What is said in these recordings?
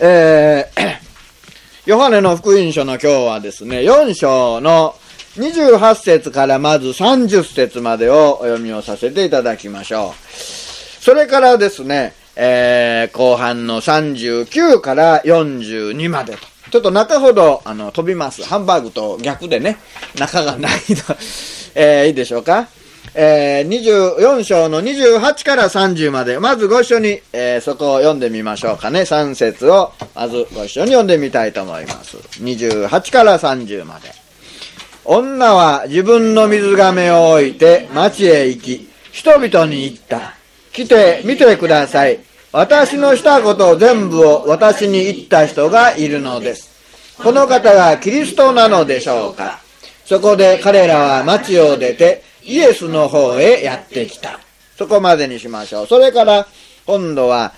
ヨハネの福音書の今日はですね、4章の28節からまず30節までをお読みをさせていただきましょう。それからですね、後半の39から42までと。ちょっと中ほど飛びます。ハンバーグと逆でね、中がないと、いいでしょうか。24章の28から30まで、まずご一緒に、そこを読んでみましょうかね。3節をまずご一緒に読んでみたいと思います。28から30まで。女は自分の水亀を置いて町へ行き、人々に言った。来て見てください。私のしたこと全部を私に言った人がいるのです。この方がキリストなのでしょうか。そこで彼らは町を出てイエスの方へやってきた。そこまでにしましょう。それから今度は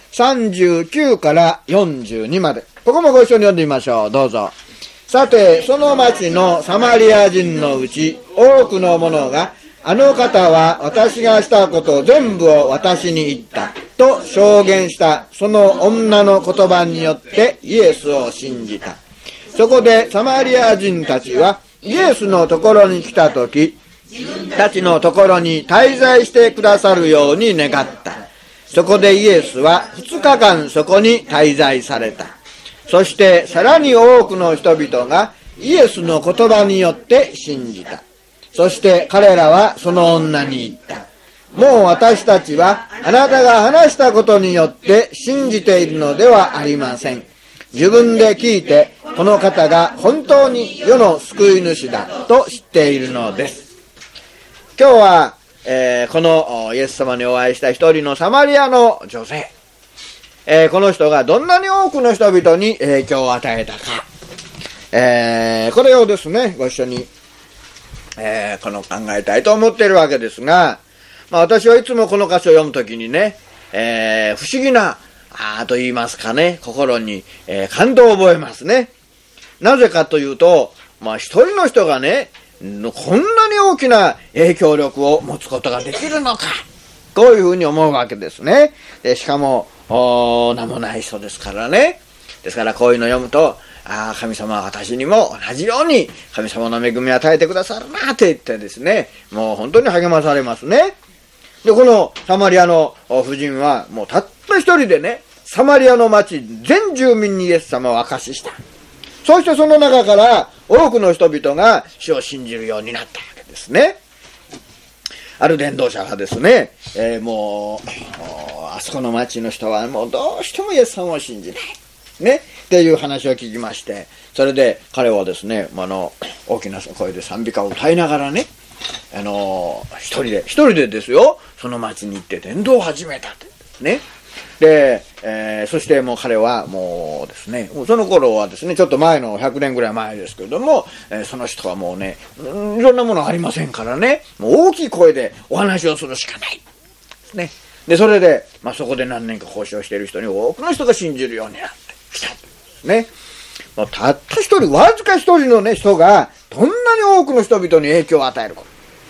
39から42まで。ここもご一緒に読んでみましょう。どうぞ。さて、その町のサマリア人のうち多くの者が、あの方は私がしたこと全部を私に言ったと証言したその女の言葉によってイエスを信じた。そこでサマリア人たちはイエスのところに来たとき、自分たちのところに滞在してくださるように願った。そこでイエスは2日間そこに滞在された。そしてさらに多くの人々がイエスの言葉によって信じた。そして彼らはその女に言った。もう私たちはあなたが話したことによって信じているのではありません。自分で聞いてこの方が本当に世の救い主だと知っているのです。今日は、このイエス様にお会いした一人のサマリアの女性、この人がどんなに多くの人々に影響を与えたか、これをですねご一緒に考えたいと思っているわけですが、私はいつもこの歌詞を読むときにね、不思議なと言いますかね、心に、感動を覚えますね。なぜかというと、一人の人がね、こんなに大きな影響力を持つことができるのか、こういうふうに思うわけですね。でしかも名もない人ですからね。ですからこういうのを読むと、神様は私にも同じように神様の恵みを与えてくださるなって言ってですね、もう本当に励まされますね。で、このサマリアの婦人はもうたった一人でね、サマリアの町全住民にイエス様を証しした。そしてその中から多くの人々が主を信じるようになったわけですね。ある伝道者がですね、もうあそこの町の人はもうどうしてもイエス様を信じないねっていう話を聞きまして、それで彼はですね、大きな声で賛美歌を歌いながらね、一人でですよ、その町に行って伝道を始めたってね。で、そしてもう彼はもうですね、その頃はですね、ちょっと前の100年ぐらい前ですけれども、その人はもうね、いろんなものありませんからね、もう大きい声でお話をするしかないですね。で、それで、そこで何年か交渉している人に多くの人が信じるようになってきたんですね。たった一人、わずか一人のね、人がどんなに多くの人々に影響を与えること。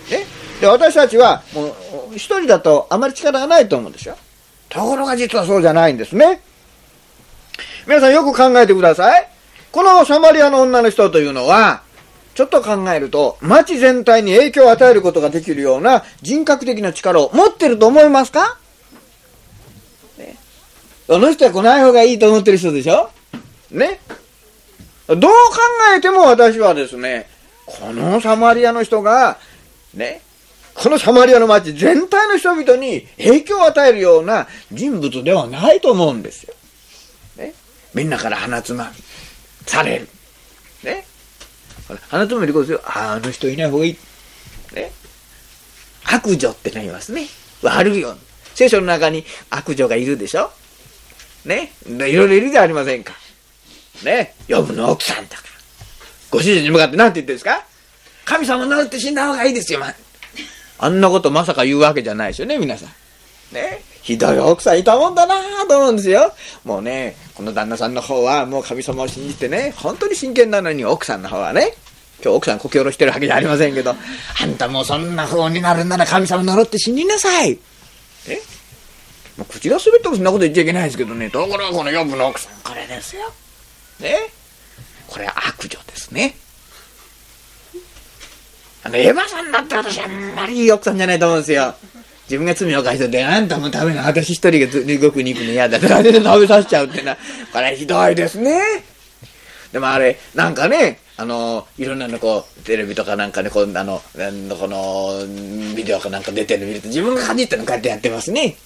ね。で、私たちはもう一人だとあまり力がないと思うんですよ。ところが実はそうじゃないんですね。皆さんよく考えてください。このサマリアの女の人というのは、ちょっと考えると、町全体に影響を与えることができるような人格的な力を持っていると思いますか？ね、この人は来ない方がいいと思ってる人でしょ？ね。どう考えても私はですね、このサマリアの人が、ね、このサマリアの町全体の人々に影響を与えるような人物ではないと思うんですよ。ね、みんなから鼻つまみされる。ね、鼻つまみでこうですよ。あの人いない方がいい。ね、悪女って言いますね。悪いよ。聖書の中に悪女がいるでしょ。ね、いろいろいるじゃありませんか。ね、ヨブの奥さんとか、ご主人に向かって何て言ってるんですか？神様呪って死んだ方がいいですよ。あんなことまさか言うわけじゃないですよね、皆さん。ね、ひどい奥さんいたもんだなぁと思うんですよ。もうね、この旦那さんの方はもう神様を信じてね、本当に真剣なのに、奥さんの方はね、今日奥さんこき下ろしてるわけじゃありませんけど、あんたもうそんな風になるなら神様呪って死になさい。 もう口が滑ってもそんなこと言っちゃいけないですけどね、ところがこのヨブの奥さん、これですよ。ね。これは悪女ですね。エヴァさんだって私あんまりいい奥さんじゃないと思うんですよ。自分が罪を犯してて、あんたも食べない、私一人が地獄に行くの嫌だって感じで食べさせちゃうってな、これひどいですね。でもあれ、なんかね、いろんなのこう、テレビとかなんかね、このビデオかなんか出てるの見ると、自分がかじったのこうやってやってますね。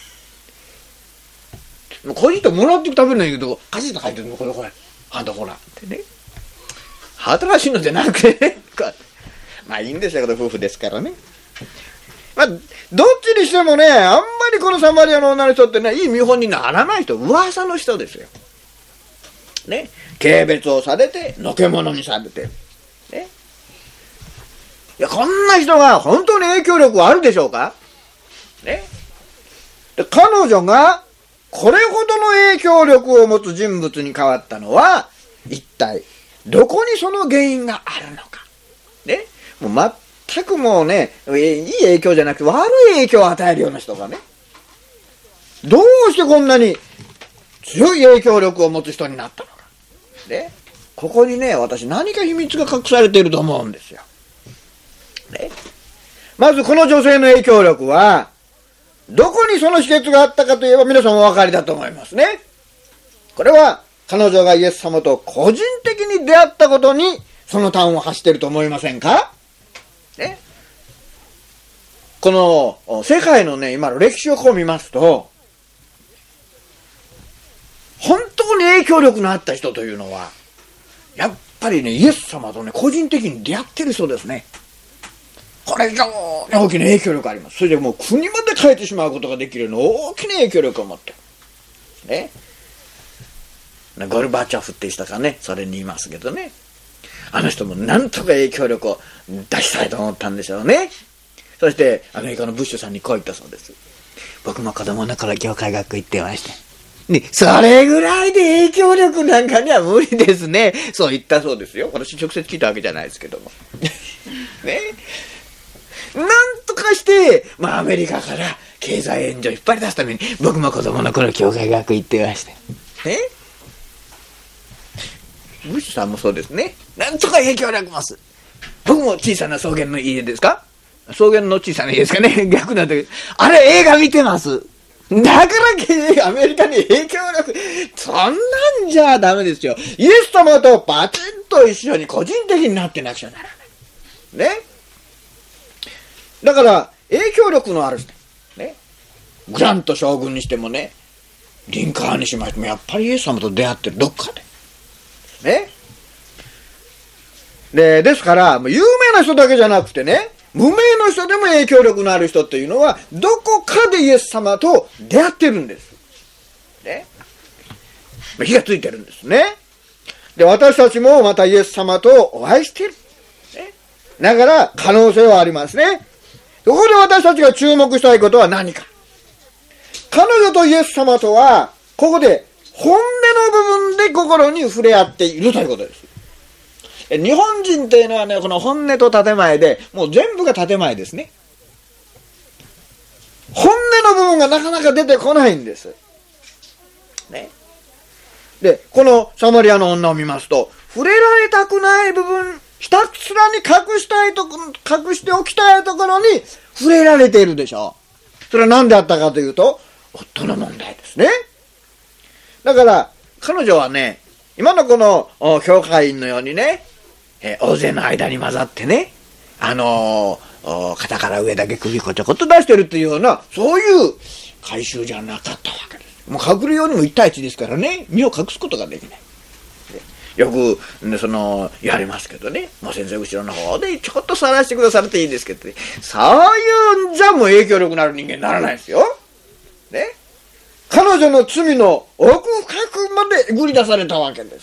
もうかじってもらって食べるのいいけど、かじって書いてるの、これ、あんたほら、ってね。新しいのじゃなくてね、まあいいんですよ、夫婦ですからね。まあ、どっちにしてもね、あんまりこのサマリアの女の人ってね、いい見本にならない人、噂の人ですよ。ね。軽蔑をされて、のけ者にされて。ね。いや、こんな人が本当に影響力はあるでしょうかね。で、彼女が、これほどの影響力を持つ人物に変わったのは、一体、どこにその原因があるのか。ね。もう全くもうね、いい影響じゃなくて悪い影響を与えるような人がね、どうしてこんなに強い影響力を持つ人になったのか。で、ここにね、私何か秘密が隠されていると思うんですよ。ね。まずこの女性の影響力は、どこにその秘訣があったかといえば皆さんもお分かりだと思いますね。これは彼女がイエス様と個人的に出会ったことにその端を発していると思いませんか？ね。この世界のね、今の歴史をこう見ますと、本当に影響力のあった人というのは、やっぱりね、イエス様とね、個人的に出会ってる人ですね。これ非常に大きな影響力あります。それでもう国まで変えてしまうことができるような大きな影響力を持ってる。ね。ゴルバチョフっていう人がね、それに言いますけどね。あの人もなんとか影響力を出したいと思ったんでしょうね。そしてアメリカのブッシュさんにこう言ったそうです。僕も子供の頃教会学行ってまして。ね、それぐらいで影響力なんかには無理ですね。そう言ったそうですよ。私直接聞いたわけじゃないですけども。ね。なんとかして、まあアメリカから経済援助を引っ張り出すために、僕も子供の頃教会学行ってまして。ね。ブッシュさんもそうですね。なんとか影響力ます。僕も小さな草原の家ですか？草原の小さな家ですかね。逆なんだけど。あれ映画見てます。だからアメリカに影響力、そんなんじゃダメですよ。イエス様とパチンと一緒に個人的になってなくちゃならない。ね。だから、影響力のある人。ね。グラント将軍にしてもね、リンカーンにしましても、やっぱりイエス様と出会ってる、どっかで。ね。ですから、有名な人だけじゃなくてね、無名の人でも影響力のある人っていうのは、どこかでイエス様と出会ってるんです。ね。火がついてるんですね。で、私たちもまたイエス様とお会いしている。ね。だから、可能性はありますね。ここで私たちが注目したいことは何か。彼女とイエス様とは、ここで本音の部分で心に触れ合っているということです。日本人っていうのはね、この本音と建前で、もう全部が建前ですね。本音の部分がなかなか出てこないんです。ね。で、このサマリアの女を見ますと、触れられたくない部分、ひたすらに隠しておきたいところに触れられているでしょう。それは何であったかというと、夫の問題ですね。だから、彼女はね、今のこの教会員のようにね、大勢の間に混ざってね、肩から上だけ首こちょこっと出してるっていうような、そういう改宗じゃなかったわけです。もう隠れようにも1対1ですからね、身を隠すことができない。よく、ね、言われますけどね、もう先生後ろの方でちょっと晒してくださるといいんですけどね、そういうんじゃもう影響力のある人間にならないですよ。ね。彼女の罪の奥深くまでえぐり出されたわけです。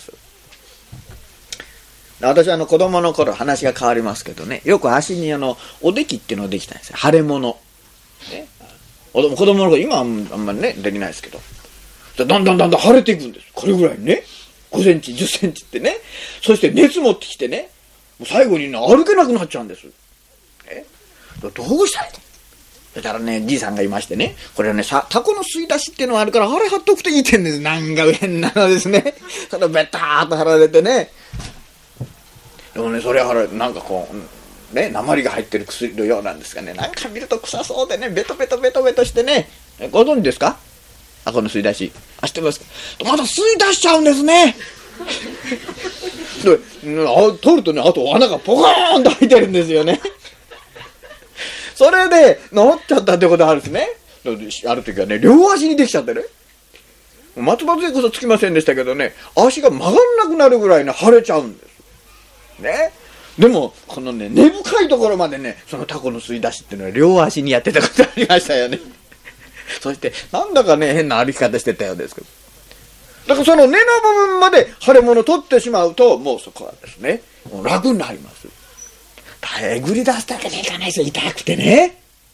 私子供の頃話が変わりますけどね、よく足におできっていうのができたんですよ。腫れ物。ね。子供の頃、今はあんまりね、できないですけど。だんだん腫れていくんです。これぐらいね。5センチ、10センチってね。そして熱持ってきてね。もう最後にね、歩けなくなっちゃうんです。ね。どうしたらいいそしたらね、じいさんがいましてね、これね、タコの吸い出しっていうのがあるから、あれ貼っとくといいってんです。なんか変なのですね。それをベターっと貼られてね。でもね、それはなんかこう、ね、鉛が入ってる薬のようなんですがね、なんか見ると臭そうでね、ベトベトベトベトしてね、ご存知ですか？タコの吸い出し。あ、知ってますか？また吸い出しちゃうんですね。で、取るとね、あと穴がポコーンと開いてるんですよね。それで治っちゃったってことがあるんですね。ある時はね、両足にできちゃってね、松葉杖こそつきませんでしたけどね、足が曲がんなくなるぐらいね、腫れちゃうんですね。でもこのね、根深いところまでね、そのタコの吸い出しっていうのは両足にやってたことありましたよね。そしてなんだかね、変な歩き方してたようですけど、だからその根の部分まで腫れ物を取ってしまうと、もうそこはですね、もう楽になります。えぐり出すだけでいかないですよ、痛くてね。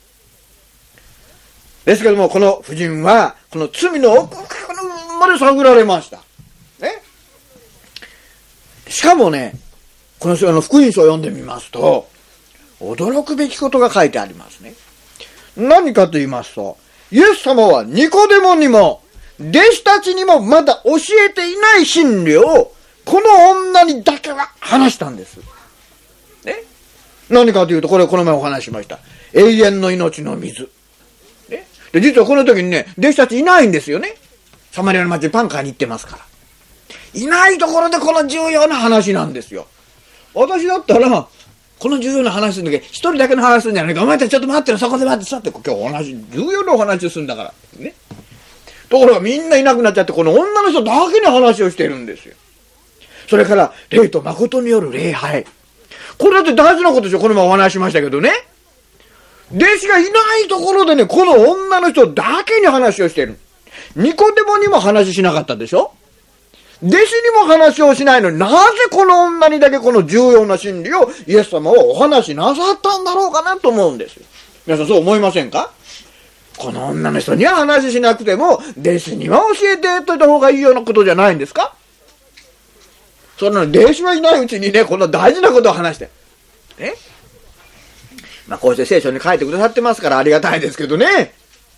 ですけども、この婦人はこの罪の奥深くの部分まで探られましたね。しかもね、この福音書を読んでみますと、驚くべきことが書いてありますね。何かと言いますと、イエス様はニコデモにも弟子たちにもまだ教えていない真理をこの女にだけは話したんです。ね、何かというと、これこの前お話ししました。永遠の命の水。ね、で実はこの時にね、弟子たちいないんですよね。サマリアの町にパン買いに行ってますから。いないところでこの重要な話なんですよ。私だったら、この重要な話するんだけど、一人だけの話するんじゃないか。お前たちちょっと待ってる、そこで待って、さって、今日お話、重要なお話をするんだから。ね。ところがみんないなくなっちゃって、この女の人だけの話をしてるんですよ。それから、霊と誠による礼拝。これだって大事なことでしょ。この前お話しましたけどね。弟子がいないところでね、この女の人だけに話をしてる。ニコデモにも話しなかったでしょ。弟子にも話をしないのに、なぜこの女にだけこの重要な真理をイエス様はお話しなさったんだろうかなと思うんですよ。皆さんそう思いませんか？この女の人には話しなくても、弟子には教えてといた方がいいようなことじゃないんですか？そんなの弟子はいないうちにね、この大事なことを話して。ね。まあこうして聖書に書いてくださってますからありがたいですけどね。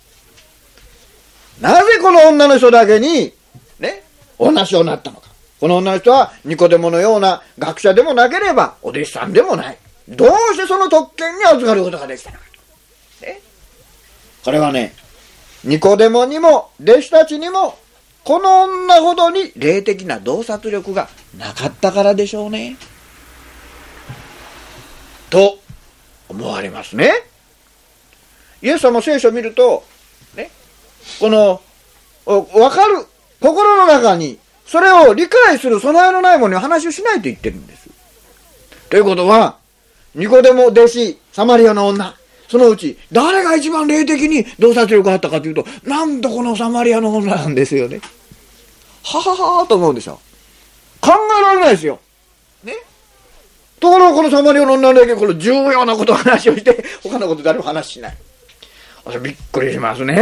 なぜこの女の人だけに、ね、お話をなったのか。この女の人はニコデモのような学者でもなければお弟子さんでもない。どうしてその特権に預かることができたのか。ね、これはね、ニコデモにも弟子たちにもこの女ほどに霊的な洞察力がなかったからでしょうね。と思われますね。イエス様聖書を見ると、ね、この分かる心の中にそれを理解する備えのないものに話をしないと言ってるんです。ということは、ニコデモ弟子、サマリアの女、そのうち誰が一番霊的に洞察力があったかというと、なんとこのサマリアの女なんですよね。はははと思うんでしょ。考えられないですよ。ね。ところがこのサマリアの女だけこの重要なことを話をして、他のこと誰も話しない。びっくりしますね。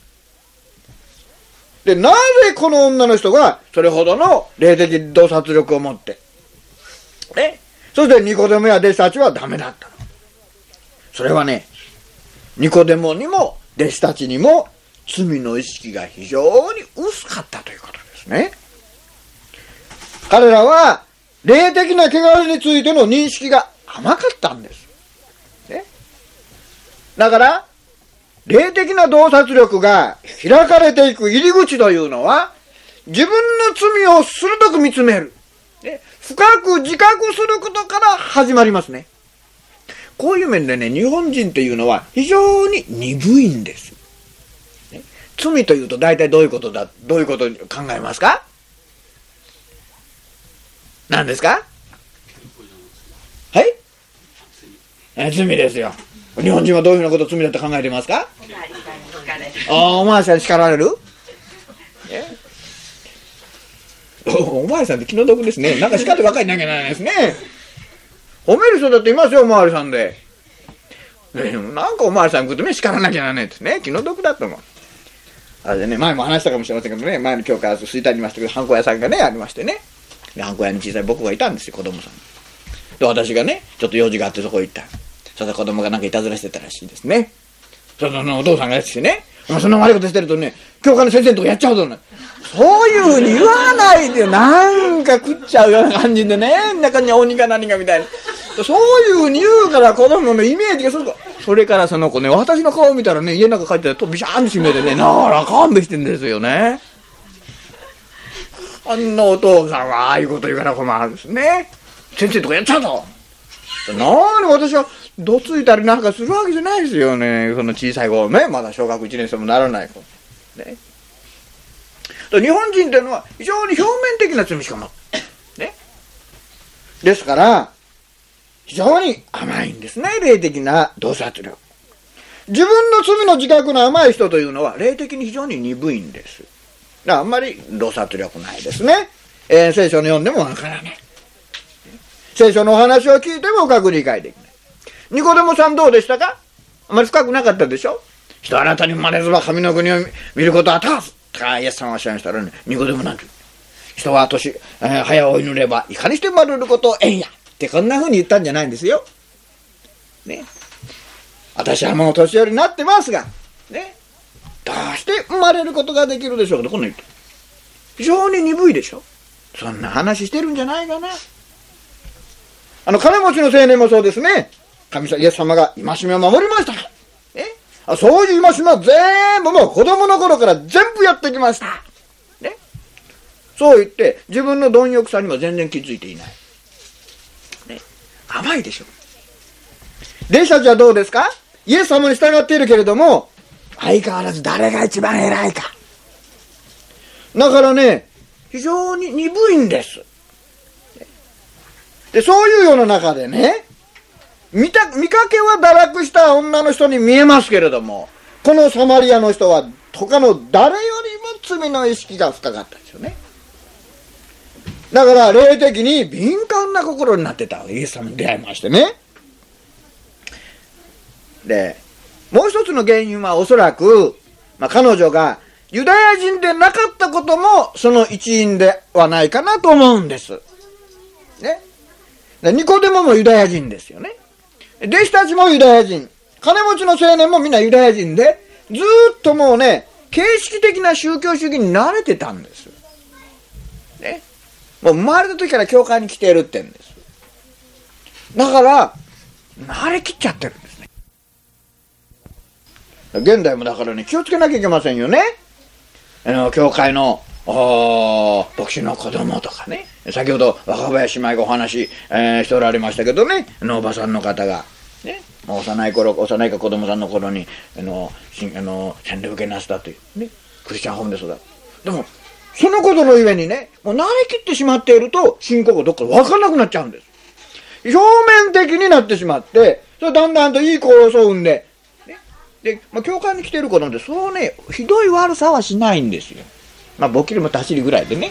で、なぜこの女の人がそれほどの霊的洞察力を持って、ね、そしてニコデモや弟子たちはダメだったの。それはね、ニコデモにも弟子たちにも罪の意識が非常に薄かったということですね。彼らは霊的な汚れについての認識が甘かったんです。ね、だから、霊的な洞察力が開かれていく入り口というのは、自分の罪を鋭く見つめる、ね、深く自覚することから始まりますね。こういう面でね、日本人というのは非常に鈍いんです。ね、罪というと大体どういうことを考えますか？何ですか？はい？罪ですよ。日本人はどういうふうなことを罪だと考えてますか？お前さんに叱られる？お前さんって気の毒ですね。なんか叱ってばかりなきゃならないですね。褒める人だっていますよ、おまわりさんで。なんかおまわりさん来るとね、叱らなきゃならないですね。気の毒だと思う。あれでね、前も話したかもしれませんけどね、前の今日から吹いてありましたけど、ハンコ屋さんがね、ありましてね。でハンコ屋に小さい僕がいたんですよ、子供さん。で、私がね、ちょっと用事があってそこ行った。そしたら子供がなんかいたずらしてたらしいですね。 そのお父さんがやっててね、そんな悪いことしてるとね、教科の先生のとこやっちゃうとね、そういうふうに言わないで、なんか食っちゃうような感じでね、中には鬼か何かみたいな。そういうふうに言うから子供のイメージがするから。それからその子ね、私の顔見たらね、家の中帰ってとビシャーンと閉めてね、なら勘弁してんですよね。あんなお父さんはああいうこと言うから困るんですね。先生とかやっちゃうぞ。なに私はどついたりなんかするわけじゃないですよね。その小さい子ね、まだ小学1年生もならない子。ね。日本人っていうのは非常に表面的な罪しか持ってね。ですから、非常に甘いんですね、霊的な洞察力。自分の罪の自覚の甘い人というのは霊的に非常に鈍いんです。だからあんまり洞察力ないですね。聖書の読んでもわからない。聖書のお話を聞いても深く理解できない。ニコデモさんどうでしたか？あまり深くなかったでしょ？人新たに生まれずば神の国を見ることはたずとかイエスさんはおっしゃいましたらね、ニコデモなんて人は早を祈ればいかにして生まれることをえんやってこんな風に言ったんじゃないんですよ。ね。私はもう年寄りになってますが、ね。どうして生まれることができるでしょうかとこの言って。非常に鈍いでしょ。そんな話してるんじゃないかな。金持ちの青年もそうですね。神様、イエス様が戒めを守りました。そういう戒めは全部もう子供の頃から全部やってきました。ね。そう言って、自分の貪欲さにも全然気づいていない。ね。甘いでしょ。弟子たちはどうですか？イエス様に従っているけれども、相変わらず誰が一番偉いか。だからね、非常に鈍いんです。で、そういうような中でね、見かけは堕落した女の人に見えますけれども、このサマリアの人は他の誰よりも罪の意識が深かったんですよね。だから霊的に敏感な心になってたイエス様に出会いましてね。で、もう一つの原因はおそらく、彼女がユダヤ人でなかったこともその一因ではないかなと思うんです。ね。ニコデモもユダヤ人ですよね。弟子たちもユダヤ人。金持ちの青年もみんなユダヤ人で、ずっともうね、形式的な宗教主義に慣れてたんです。ね。もう生まれた時から教会に来ているって言うんです。だから、慣れきっちゃってるんですね。現代もだからね、気をつけなきゃいけませんよね。教会の、牧師の子供とかね。先ほど若林姉妹がお話しておられましたけどね、おばさんの方が、ね、もう幼いか子供さんの頃に洗礼受けなすったという、ね、クリスチャンホームで育つ。でも、そのことのゆえにね、もう慣れきってしまっていると、信仰がどっかで分からなくなっちゃうんです。表面的になってしまって、それだんだんといい心を生んで、ね、で、教会に来ている子なんて、そうね、ひどい悪さはしないんですよ。ボキリもたしりぐらいでね。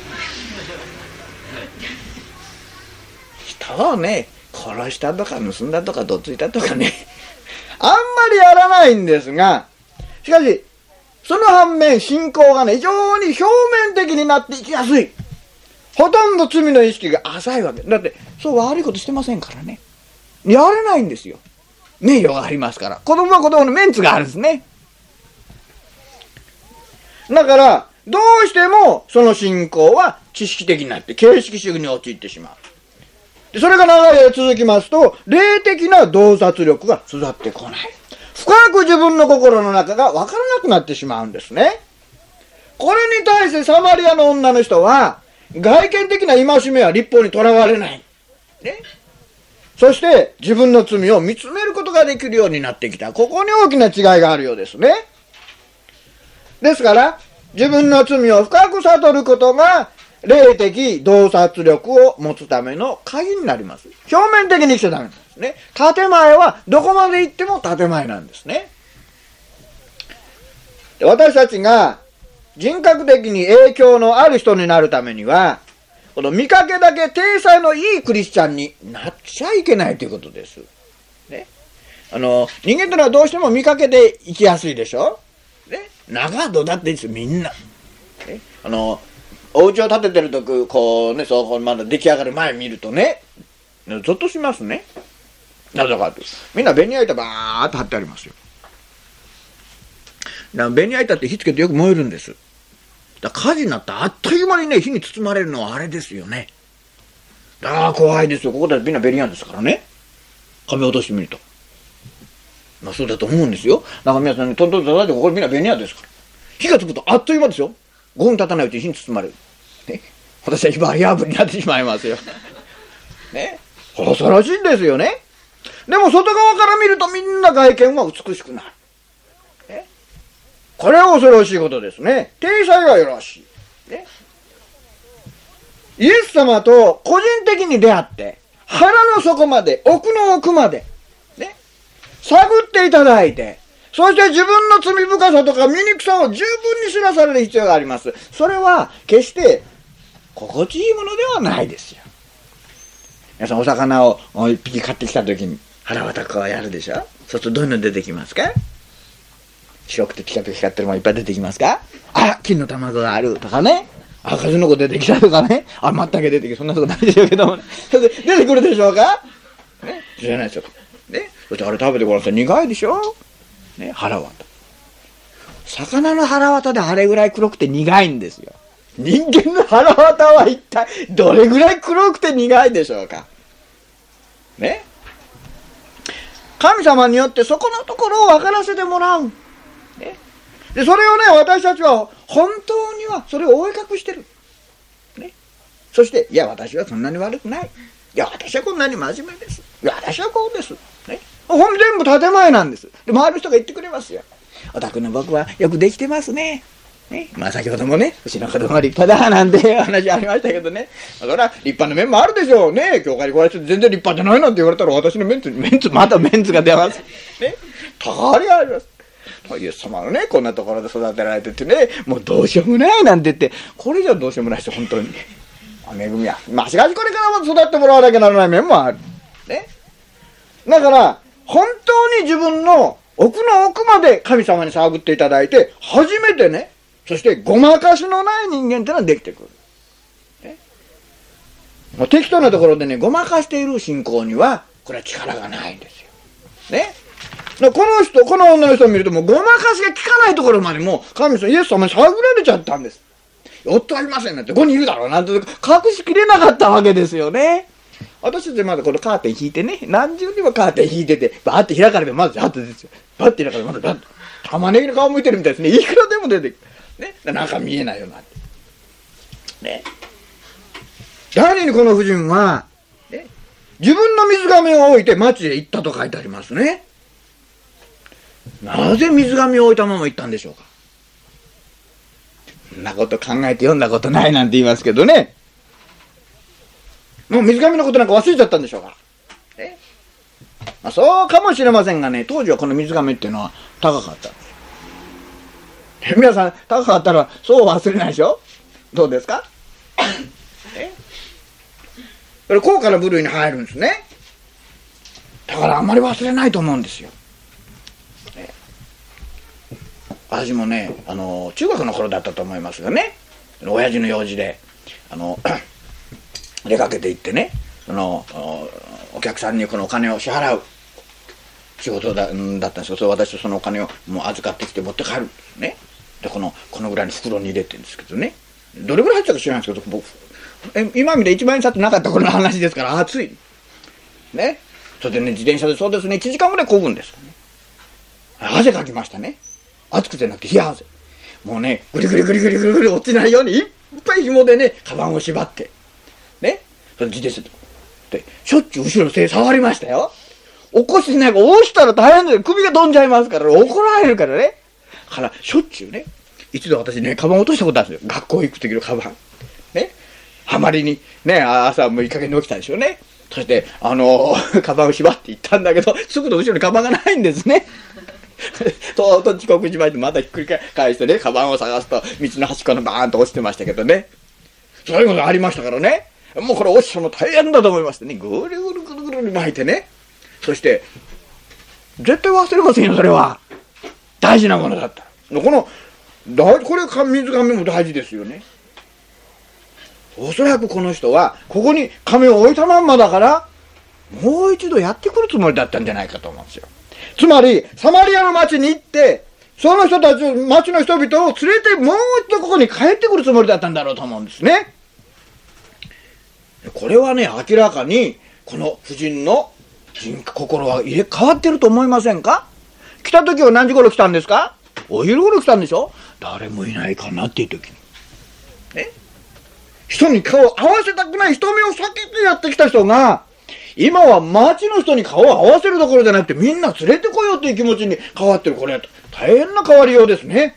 人をね、殺したとか盗んだとかどついたとかね、あんまりやらないんですが、しかし、その反面、信仰がね、非常に表面的になっていきやすい。ほとんど罪の意識が浅いわけ。だって、そう悪いことしてませんからね。やれないんですよ。名誉がありますから。子供は子供のメンツがあるんですね。だから、どうしてもその信仰は知識的になって形式主義に陥ってしまう。でそれが長い間続きますと、霊的な洞察力が育ってこない。深く自分の心の中が分からなくなってしまうんですね。これに対してサマリアの女の人は、外見的な戒めは律法にとらわれない。ね。そして自分の罪を見つめることができるようになってきた。ここに大きな違いがあるようですね。ですから、自分の罪を深く悟ることが、霊的洞察力を持つための鍵になります。表面的に来ちゃダメなんですね。建前はどこまで行っても建前なんですね。私たちが人格的に影響のある人になるためには、この見かけだけ体裁のいいクリスチャンになっちゃいけないということです。ね。人間というのはどうしても見かけで生きやすいでしょ。ね。長門だっていいですよ、みんな。ね。お家を建ててるとき、こうね、そうまだ出来上がる前見るとね、ゾッとしますね。なぜかというと、みんなベニヤ板バーっと貼ってありますよ。 だからベニヤ板って火つけてよく燃えるんです。だから火事になったらあっという間にね、火に包まれるのはあれですよね。だから怖いですよ。ここだってみんなベニヤですからね。壁落としてみると。まあそうだと思うんですよ。だから皆さんね、トントン叩いてここみんなベニヤですから。火がつくとあっという間ですよ。5分経たないうちに火に包まれる。ね。私は火張り破りになってしまいますよ。ね。恐ろしいんですよね。でも外側から見るとみんな外見は美しくなる。ね。これは恐ろしいことですね。体裁はよろしい。ね。イエス様と個人的に出会って、腹の底まで、奥の奥まで、ね。探っていただいて、そして自分の罪深さとか醜さを十分に知らされる必要があります。それは決して心地いいものではないですよ。皆さんお魚を一匹買ってきたときに腹渡こうやるでしょ。そうするとどういうの出てきますか？白くてピカピカ光ってるものいっぱい出てきますか？あ、金の卵があるとかね。あ、数の子出てきたとかね。あ、まったけ出てきて、そんなことないでしょうけどもね。それで出てくるでしょうか？ね、知らないでしょ。ね、そしてあれ食べてごらんなさい。苦いでしょ。ね、腹渡。魚の腹渡であれぐらい黒くて苦いんですよ。人間の腹渡は一体どれぐらい黒くて苦いでしょうか。ね。神様によってそこのところを分からせてもらう。ね。で、それをね、私たちは本当にはそれを覆い隠してる。ね。そして、いや、私はそんなに悪くない。いや、私はこんなに真面目です。いや、私はこうです。ね。全部建前なんです。で、周りの人が言ってくれますよ。お宅の僕はよくできてますね。ね。まあ先ほどもね、うちの子供は立派だなんて話ありましたけどね。だから立派な面もあるでしょうね。教会に来られて全然立派じゃないなんて言われたら私のメンツ、またメンツが出ます。ね。たわりがあります。イエス様のね、こんなところで育てられててね、もうどうしようもないなんて言って、これじゃどうしようもないですよ、本当に。恵みは。まあしかしこれからも育ってもらわなきゃならない面もある。ね。だから、本当に自分の奥の奥まで神様に探っていただいて、初めてね、そしてごまかしのない人間ってのはできてくる。ね、もう適当なところでね、ごまかしている信仰には、これは力がないんですよ。ね。この女の人を見ると、もうごまかしが効かないところまでも、神様、イエス様に探られちゃったんです。夫はいませんなんて、ここにいるだろうなんて、隠しきれなかったわけですよね。私たちまだこのカーテン引いてね、何重にもカーテン引いてて、バーって開かれて、まずバッてですよ。バッて開かれて、まずバッて。玉ねぎの顔向いてるみたいですね。いくらでも出てくる。ね。なんか見えないよなって。ね。第二にこの婦人は、ね、自分の水瓶を置いて町へ行ったと書いてありますね。なぜ水瓶を置いたまま行ったんでしょうか。そんなこと考えて読んだことないなんて言いますけどね。もう水瓶のことなんか忘れちゃったんでしょうか。ね。まあ、そうかもしれませんがね、当時はこの水瓶っていうのは高かったんです。皆さん、高かったらそう忘れないでしょ。どうですか。これ高価な部類に入るんですね。だからあんまり忘れないと思うんですよ。私もね、中学の頃だったと思いますがね、親父の用事で出かけて行ってね、お客さんにこのお金を支払う仕事だったんですよ。それ私そのお金をもう預かってきて持って帰るんですね。でこのぐらいの袋に入れてるんですけどね、どれぐらい入ってたか知らないんですけど、僕今みたい1万円札なかった頃の話ですから暑いね。それでね、自転車でそうですね、1時間ぐらい漕ぐんですよね。汗かきましたね。暑くてなくて冷や汗。もうね、ぐりぐりぐりぐりぐりぐり落ちないようにいっぱい紐でね、カバンを縛ってね、それ自転車でしょっちゅう後ろの手触りましたよ。起こしてないから、押したら大変だよ。首が飛んじゃいますから、怒られるからね。からしょっちゅうね、一度私ね、カバン落としたことあるんですよ。学校行く時のカバンね、はまりにね、朝もういい加減に起きたでしょうね。そしてカバンを縛って行ったんだけど、すぐの後ろにカバンがないんですね。とうとう遅刻しまして、またひっくり返してね、カバンを探すと道の端っこのバーンと落ちてましたけどね。そういうことありましたからね。もうこれ落ちたの大変だと思いましてね、ぐるぐるぐるぐる巻いてね、そして絶対忘れませんよ。それは大事なものだった。これ水瓶も大事ですよね。おそらくこの人はここに亀を置いたまんまだから、もう一度やってくるつもりだったんじゃないかと思うんですよ。つまりサマリアの町に行ってその人たち、町の人々を連れてもう一度ここに帰ってくるつもりだったんだろうと思うんですね。これはね、明らかにこの婦人の心は変わってると思いませんか？来た時は何時頃来たんですか？お昼頃来たんでしょ？誰もいないかなっていう時に。ね？人に顔を合わせたくない、人目を避けてやってきた人が、今は町の人に顔を合わせるどころじゃなくて、みんな連れてこようという気持ちに変わってる。これは大変な変わりようですね。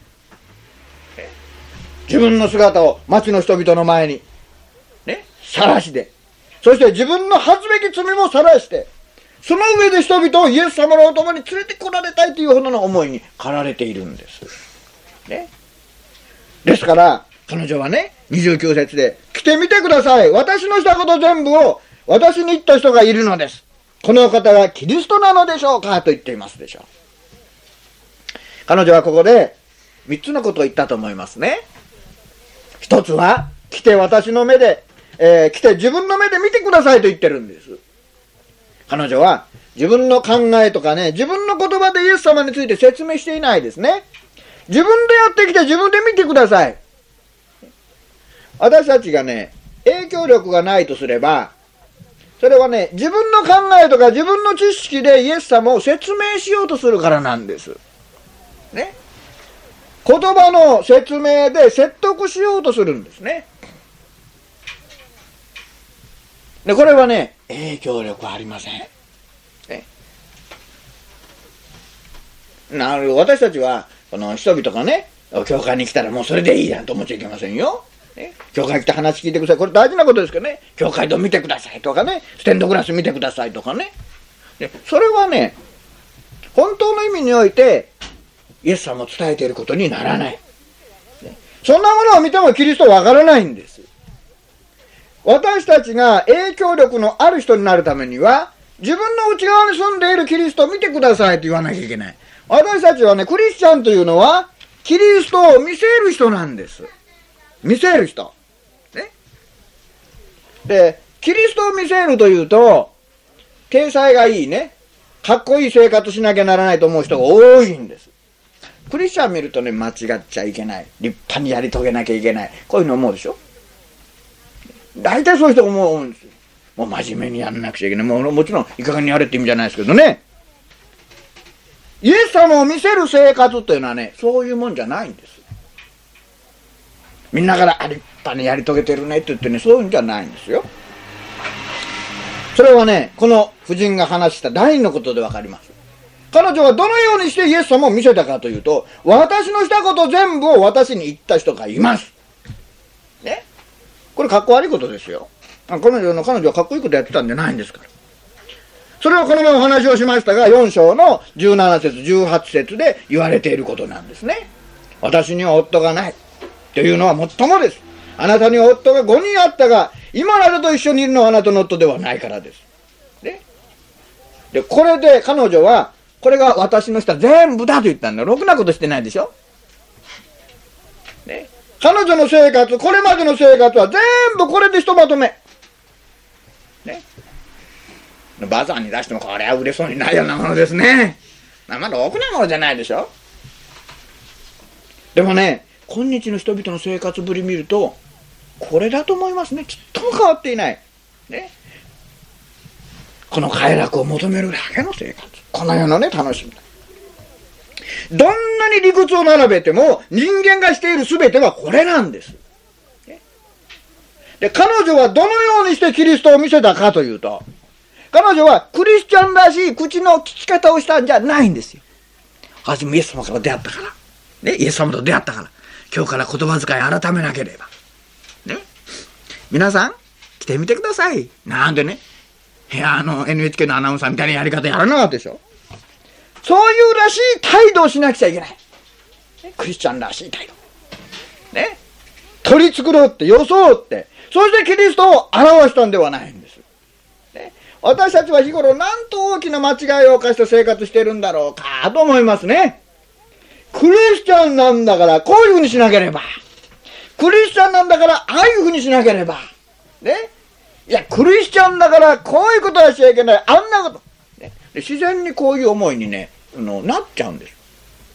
自分の姿を町の人々の前にね、晒して、そして自分の恥ずべき罪も晒して、その上で人々をイエス様のお供に連れてこられたいというほどの思いに駆られているんです。ね。ですから、彼女はね、29節で、来てみてください。私のしたこと全部を私に言った人がいるのです。この方がキリストなのでしょうかと言っていますでしょう。彼女はここで3つのことを言ったと思いますね。一つは、来て私の目で、来て自分の目で見てくださいと言ってるんです。彼女は自分の考えとかね、自分の言葉でイエス様について説明していないですね。自分でやってきて自分で見てください。私たちがね、影響力がないとすれば、それはね、自分の考えとか自分の知識でイエス様を説明しようとするからなんです。ね。言葉の説明で説得しようとするんですね。で、これはね、影響力はありません。ね。私たちは、この人々がね、教会に来たらもうそれでいいやと思っちゃいけませんよ。ね、教会来て話聞いてください。これ大事なことですけどね。教会堂見てくださいとかね。ステンドグラス見てくださいとかね。で、それはね、本当の意味において、イエス様を伝えていることにならない。ね、そんなものを見てもキリストはわからないんです。私たちが影響力のある人になるためには、自分の内側に住んでいるキリストを見てくださいと言わなきゃいけない。私たちはね、クリスチャンというのは、キリストを見せる人なんです。見せる人。ね。で、キリストを見せるというと、体裁がいいね、かっこいい生活しなきゃならないと思う人が多いんです。クリスチャン見るとね、間違っちゃいけない。立派にやり遂げなきゃいけない。こういうの思うでしょ。大体そういう人が思うんですよ。もう真面目にやんなくちゃいけない。もちろん、いかがにやれって意味じゃないですけどね。イエス様を見せる生活というのはね、そういうもんじゃないんです。みんなから立派にやり遂げてるねって言ってね、そういうんじゃないんですよ。それはね、この婦人が話した第二のことでわかります。彼女はどのようにしてイエス様を見せたかというと、私のしたこと全部を私に言った人がいます。ね。これかっこ悪いことですよ。彼女はかっこいいことやってたんじゃないんですから。それはこの前お話をしましたが、4章の17節、18節で言われていることなんですね。私には夫がない。というのはもっともです。あなたには夫が5人あったが、今あなたと一緒にいるのはあなたの夫ではないからです。ね。で、これで彼女は、これが私のした全部だと言ったんだ。ろくなことしてないでしょ。ね。彼女の生活、これまでの生活は全部これでひとまとめ。ね。バザーに出してもこれは売れそうにないようなものですね。まあ、ろくなものじゃないでしょ。でもね、今日の人々の生活ぶり見ると、これだと思いますね。ちっとも変わっていない。ね。この快楽を求めるだけの生活。この世のね、楽しみだ。どんなに理屈を並べても、人間がしているすべてはこれなんです。ね。で、彼女はどのようにしてキリストを見せたかというと、彼女はクリスチャンらしい口の聞き方をしたんじゃないんですよ。私もイエス様から出会ったから。ね、イエス様と出会ったから。今日から言葉遣い改めなければ。ね。皆さん、来てみてください。なんでね。NHK のアナウンサーみたいなやり方やらなかったでしょ。そういうらしい態度をしなくちゃいけない。ね、クリスチャンらしい態度。ね。取り繕って、装って、そしてキリストを表したんではないんです。ね。私たちは日頃なんと大きな間違いを犯して生活してるんだろうかと思いますね。クリスチャンなんだからこういうふうにしなければ。クリスチャンなんだからああいうふうにしなければ。ね。いや、クリスチャンだからこういうことはしちゃいけない。あんなこと。ね、自然にこういう思いにね、なっちゃうんです。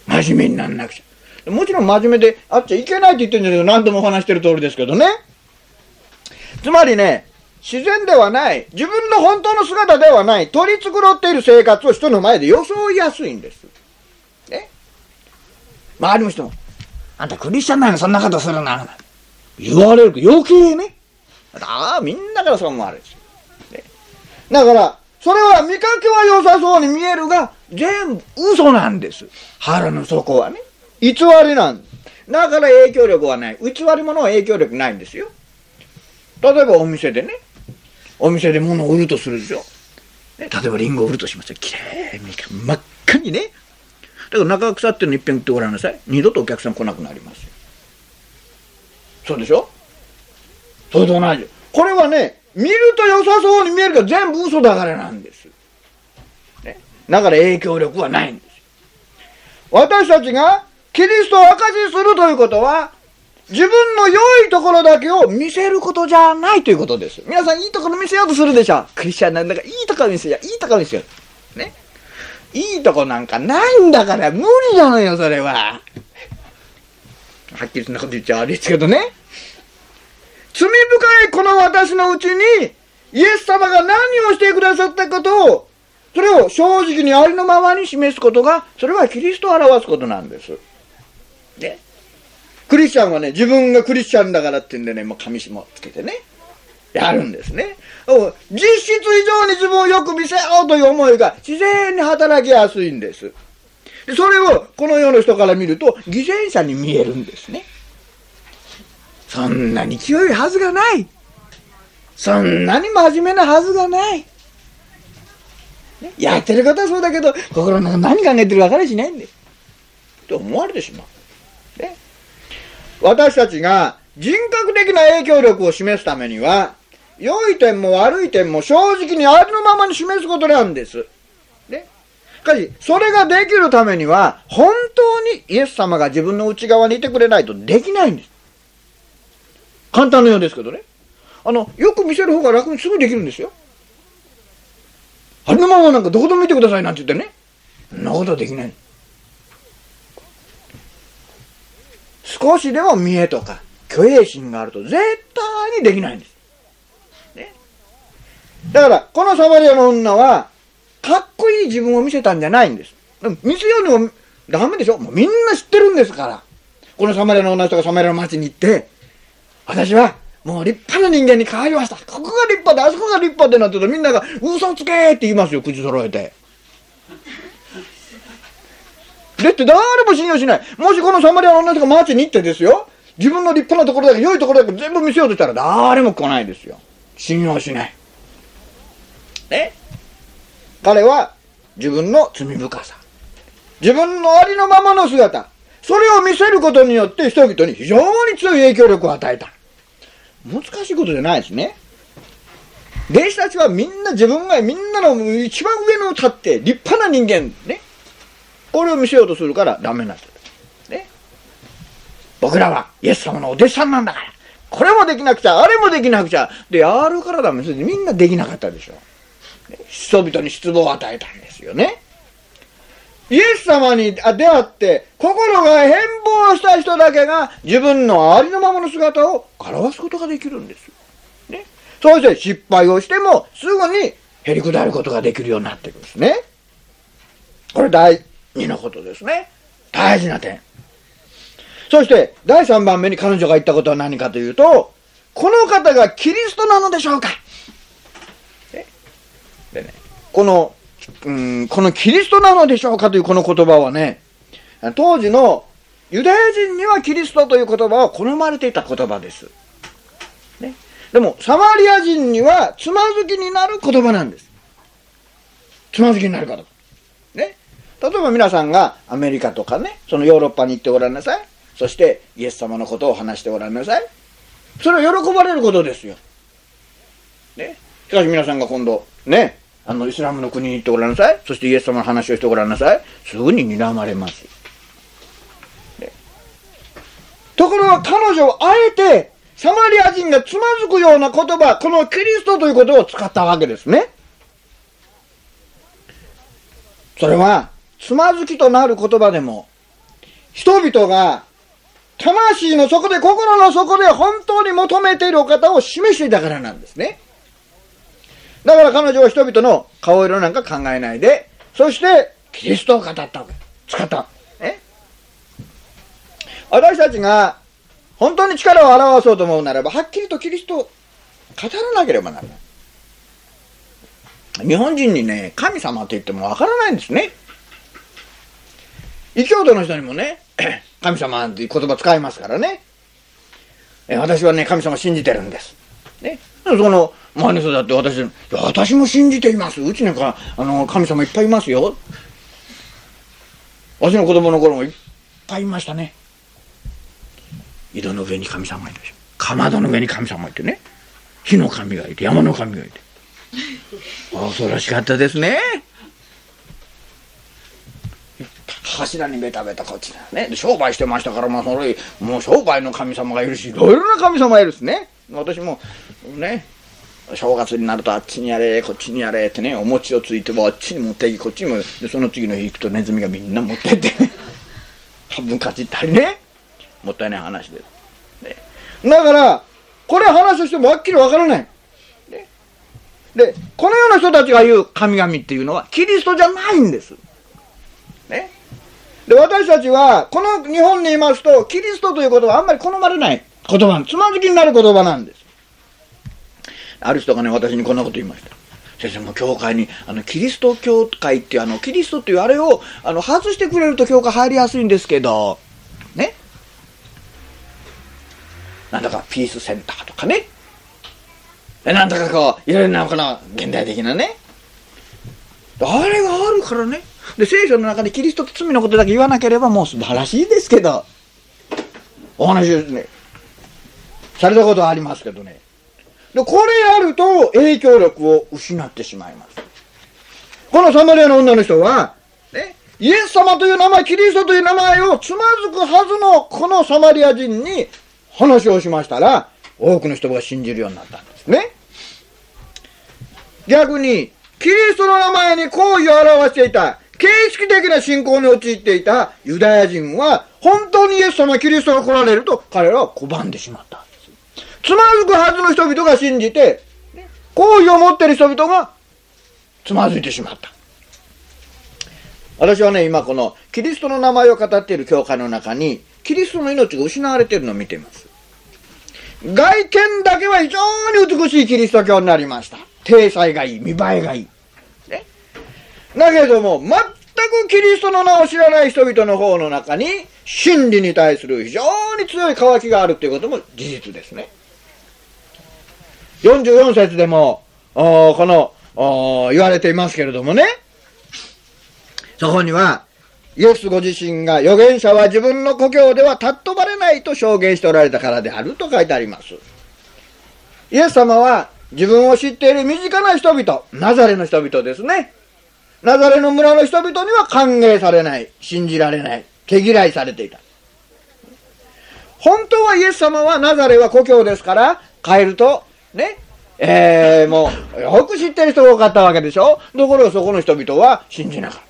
真面目になんなくちゃ。もちろん真面目であっちゃいけないって言ってるんだけど、何度もお話してる通りですけどね。つまりね、自然ではない、自分の本当の姿ではない、取り繕っている生活を人の前で装いやすいんです。ね。周りの人も、あんたクリスチャンなのにそんなことするな、言われると余計ね。ああ、みんなからそう思われるんですよ。ね。だから、それは見かけは良さそうに見えるが、全部嘘なんです。腹の底はね。偽りなんです。だから影響力はない。偽り物は影響力ないんですよ。例えばお店でね、お店で物を売るとするでしょ。ね、例えばリンゴを売るとしますよ。きれいに真っ赤にね。だから中が腐ってるのいっぺん売ってごらんなさい。二度とお客さん来なくなりますよ。そうでしょ。それと同じ。これはね、見ると良さそうに見えるが全部嘘だからなんです。ね。だから影響力はないんです。私たちがキリストを証しするということは、自分の良いところだけを見せることじゃないということです。皆さんいいところ見せようとするでしょ。クリスチャンなんだからいいところ見せよう。いいところ見せよう。ね。いいとこなんかないんだから無理なのよ、それは。はっきりそんなこと言っちゃ悪いですけどね。罪深いこの私のうちに、イエス様が何をしてくださったことを、それを正直にありのままに示すことが、それはキリストを表すことなんです。で、クリスチャンはね、自分がクリスチャンだからってんでね、もう紙紐つけてね、やるんですね。実質以上に自分をよく見せようという思いが自然に働きやすいんです。でそれをこの世の人から見ると偽善者に見えるんですね。そんなに清いはずがない。そんなに真面目なはずがない。ね、やってることはそうだけど、心の中何考えてるか分かりしないんで。と思われてしまう。ね、私たちが人格的な影響力を示すためには、良い点も悪い点も正直にありのままに示すことなんです。ね、しかし、それができるためには、本当にイエス様が自分の内側にいてくれないとできないんです。簡単なようですけどね。よく見せる方が楽にすぐできるんですよ。ありのままなんかどこでも見てくださいなんて言ってね。そんなことはできない。少しでも見栄とか虚栄心があると絶対にできないんです。ね。だから、このサマリアの女は、かっこいい自分を見せたんじゃないんです。見せようにもダメでしょ。もうみんな知ってるんですから。このサマリアの女の人がサマリアの町に行って、私はもう立派な人間に変わりました。ここが立派で、あそこが立派でなって言うとみんなが嘘つけーって言いますよ、口揃えて。でって誰も信用しない。もしこのサマリアの女の人が町に行ってですよ、自分の立派なところだけ、良いところだけ全部見せようとしたら誰も来ないですよ。信用しない。ね。彼は自分の罪深さ、自分のありのままの姿、それを見せることによって人々に非常に強い影響力を与えた。難しいことじゃないですね。弟子たちはみんな自分がみんなの一番上の立って立派な人間ね、これを見せようとするからダメなんですね。僕らはイエス様のお弟子さんなんだから、これもできなくちゃあれもできなくちゃでやるからダメです。みんなできなかったでしょ。人々に失望を与えたんですよね。イエス様に出会って心が変貌した人だけが自分のありのままの姿を表すことができるんです。ね、そして失敗をしてもすぐにへりくだることができるようになっていくんですね。これ第2のことですね。大事な点。そして第3番目に彼女が言ったことは何かというと、この方がキリストなのでしょうか。でね、このキリストなのでしょうかというこの言葉はね、当時のユダヤ人にはキリストという言葉は好まれていた言葉です。ね、でもサマリア人にはつまずきになる言葉なんです。つまずきになる方。ね、例えば皆さんがアメリカとかね、そのヨーロッパに行ってごらんなさい。そしてイエス様のことを話してごらんなさい。それは喜ばれることですよ。ね、しかし皆さんが今度ね、イスラムの国に行ってごらんなさい。そしてイエス様の話をしてごらんなさい。すぐに睨まれます。ね、ところが彼女はあえてサマリア人がつまずくような言葉、このキリストということを使ったわけですね。それはつまずきとなる言葉でも人々が魂の底で、心の底で本当に求めているお方を示していたからなんですね。だから彼女は人々の顔色なんか考えないで、そしてキリストを語ったわけ。使った。私たちが本当に力を表そうと思うならば、はっきりとキリストを語らなければならない。日本人にね、神様って言ってもわからないんですね。異教徒の人にもね、神様っていう言葉使いますからね。私はね、神様信じてるんです。ね。その、周りの人だって私も信じています。うちなんか、神様いっぱいいますよ。私の子供の頃もいっぱいいましたね。井戸の上に神様がいるでしょ。かまどの上に神様がいてね。火の神がいて、山の神がいて。恐ろしかったですね。柱にベタベタこっちだね。で商売してましたから、もう商売の神様がいるし、いろいろな神様がいるですね。私もね、正月になるとあっちにやれこっちにやれってね、お餅をついてもあっちに持っていきこっちにも、でその次の日行くとネズミがみんな持ってって半分かじったりね、もったいない話です、ね、だからこれ話をしてもはっきりわからない、ね、でこのような人たちが言う神々っていうのはキリストじゃないんです、ね、で私たちはこの日本にいますとキリストという言葉はあんまり好まれない言葉、つまずきになる言葉なんです。ある人がね、私にこんなこと言いました。先生、もう教会にキリスト教会っていうキリストっていうあれを外してくれると教会入りやすいんですけどね、なんだかピースセンターとかね、なんだかこういろいろなこの現代的なね、あれがあるからね。で聖書の中でキリストと罪のことだけ言わなければもう素晴らしいですけど、お話ですねされたことはありますけどね、でこれやると影響力を失ってしまいます。このサマリアの女の人は、ね、イエス様という名前、キリストという名前をつまずくはずのこのサマリア人に話をしましたら、多くの人が信じるようになったんですね。逆にキリストの名前に好意を表していた形式的な信仰に陥っていたユダヤ人は、本当にイエス様キリストが来られると彼らは拒んでしまった。つまずくはずの人々が信じて、好意を持っている人々がつまずいてしまった。私はね、今このキリストの名前を語っている教会の中に、キリストの命が失われているのを見ています。外見だけは非常に美しいキリスト教になりました。体裁がいい、見栄えがいい。ね、だけども、全くキリストの名を知らない人々の方の中に、真理に対する非常に強い渇きがあるということも事実ですね。44節でもこの言われていますけれどもね、そこにはイエスご自身が預言者は自分の故郷では尊ばれないと証言しておられたからであると書いてあります。イエス様は自分を知っている身近な人々、ナザレの人々ですね、ナザレの村の人々には歓迎されない、信じられない、毛嫌いされていた。本当はイエス様はナザレは故郷ですから帰るとね、もうよく知ってる人が多かったわけでしょ。ところがそこの人々は信じなかった。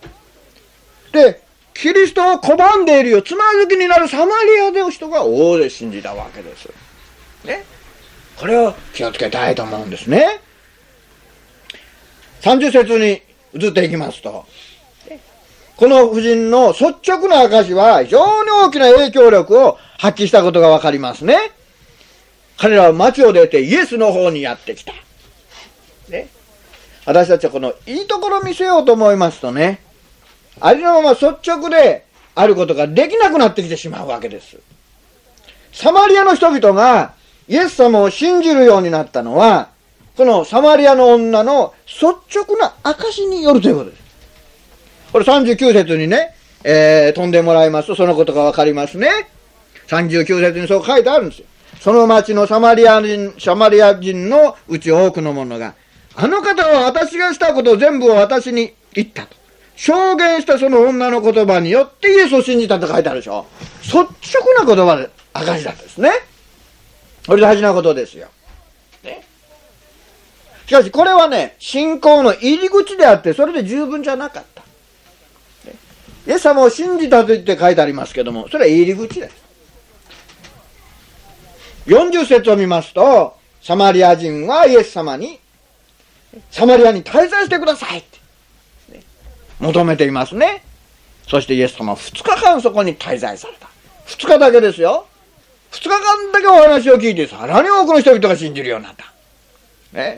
でキリストを拒んでいるよ、つまずきになるサマリアで人が大勢信じたわけですね。これを気をつけたいと思うんですね。30節に移っていきますと、この婦人の率直な証は非常に大きな影響力を発揮したことがわかりますね。彼らは町を出てイエスの方にやってきた。ね、私たちはこのいいところを見せようと思いますとね、ありのまま率直であることができなくなってきてしまうわけです。サマリアの人々がイエス様を信じるようになったのは、このサマリアの女の率直な証によるということです。これ39節にね、飛んでもらいますとそのことがわかりますね。39節にそう書いてあるんですよ。その町のサマリア人のうち多くの者が、あの方は私がしたこと全部を私に言ったと証言したその女の言葉によってイエスを信じたと書いてあるでしょ。率直な言葉で証しだったですね。これ大事なことですよ、ね、しかしこれはね、信仰の入り口であってそれで十分じゃなかった、ね、 イエス様を信じたと言って書いてありますけども、それは入り口です。40節を見ますと、サマリア人はイエス様に、サマリアに滞在してくださいって、求めていますね。そしてイエス様は2日間そこに滞在された。2日だけですよ。2日間だけお話を聞いて、さらに多くの人々が信じるようになった。ね。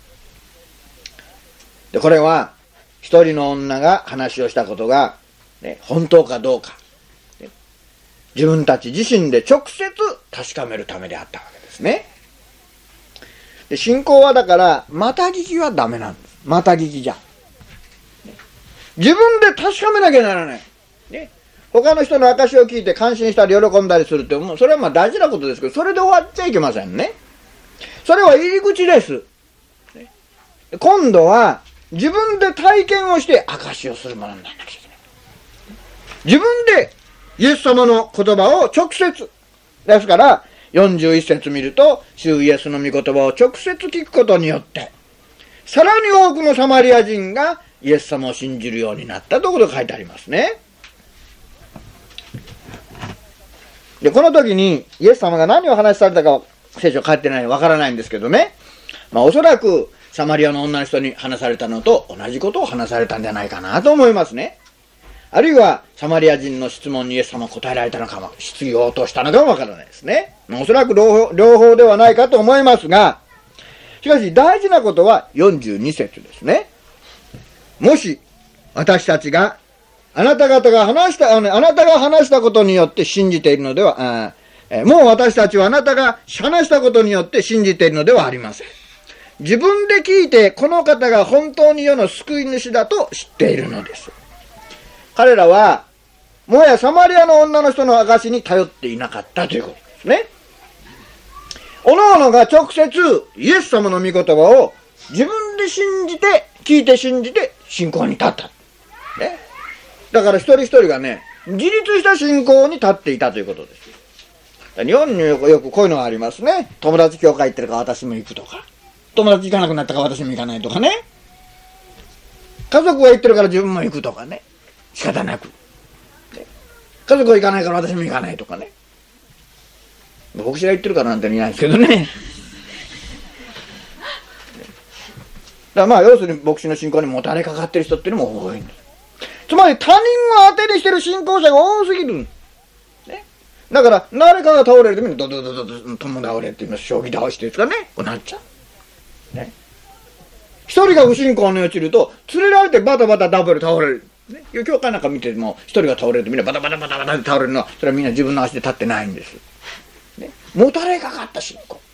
で、これは、一人の女が話をしたことが、ね、本当かどうか、ね、自分たち自身で直接確かめるためであったわけですね。で、信仰はだから、また聞きはダメなんです。また聞きじゃ。ね、自分で確かめなきゃならない。ね、他の人の証を聞いて感心したり喜んだりするって、もうそれはまあ大事なことですけど、それで終わっちゃいけませんね。それは入り口です。ね、今度は、自分で体験をして証しをするものにならなきゃいけない。自分でイエス様の言葉を直接。ですから、41節見ると、主イエスの御言葉を直接聞くことによって、さらに多くのサマリア人がイエス様を信じるようになったということが書いてありますね。で、この時にイエス様が何を話されたか聖書書いてないのでわからないんですけどね。まあおそらく、サマリアの女の人に話されたのと同じことを話されたんじゃないかなと思いますね。あるいは、サマリア人の質問にイエス様答えられたのかも、質疑応答したのかもわからないですね。おそらく両方ではないかと思いますが、しかし大事なことは42節ですね。もし、私たちが、あなたが話したことによって信じているのでは、もう私たちはあなたが話したことによって信じているのではありません。自分で聞いてこの方が本当に世の救い主だと知っているのです。彼らはもはやサマリアの女の人の証に頼っていなかったということですね。おのおのが直接イエス様の御言葉を自分で信じて聞いて信じて信仰に立った、ね、だから一人一人がね自立した信仰に立っていたということです。日本によくこういうのがありますね。友達教会行ってるから私も行くとか、友達行かなくなったから私も行かないとかね。家族が行ってるから自分も行くとかね。仕方なく。ね、家族が行かないから私も行かないとかね。牧師が行ってるからなんていないですけどね。だからまあ要するに牧師の信仰にもたれかかってる人っていうのも多いんです。つまり他人を当てにしてる信仰者が多すぎるんです。だから、誰かが倒れるときにドドドドド友倒れって言います。将棋倒してですかね。こうなっちゃう。ね。一人が不信仰に落ちると、連れられてバタバタ倒れる。ね。教会なんか見ても、一人が倒れるとみんなバタバタバタバタって倒れるのは、それはみんな自分の足で立ってないんです。ね。もたれかかった信仰。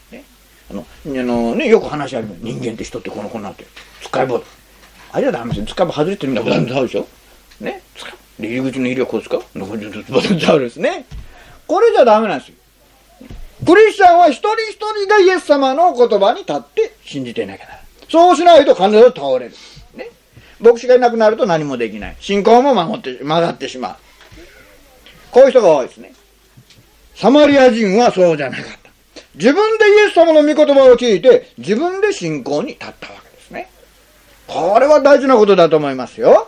ね。よく話あるの。人間って人ってこの子になってる。つっかい棒。あれはダメですよ。つっかい棒外れてみんなバタバタ倒るでしょ。ね。入り口の入りはこうですか？バタバタ倒るですね。これじゃダメなんですよ。クリスチャンは一人一人がイエス様の言葉に立って信じていなきゃならない。そうしないと必ず倒れる。ね。牧師がいなくなると何もできない。信仰も曲がってしまう。こういう人が多いですね。サマリア人はそうじゃなかった。自分でイエス様の御言葉を聞いて、自分で信仰に立ったわけですね。これは大事なことだと思いますよ。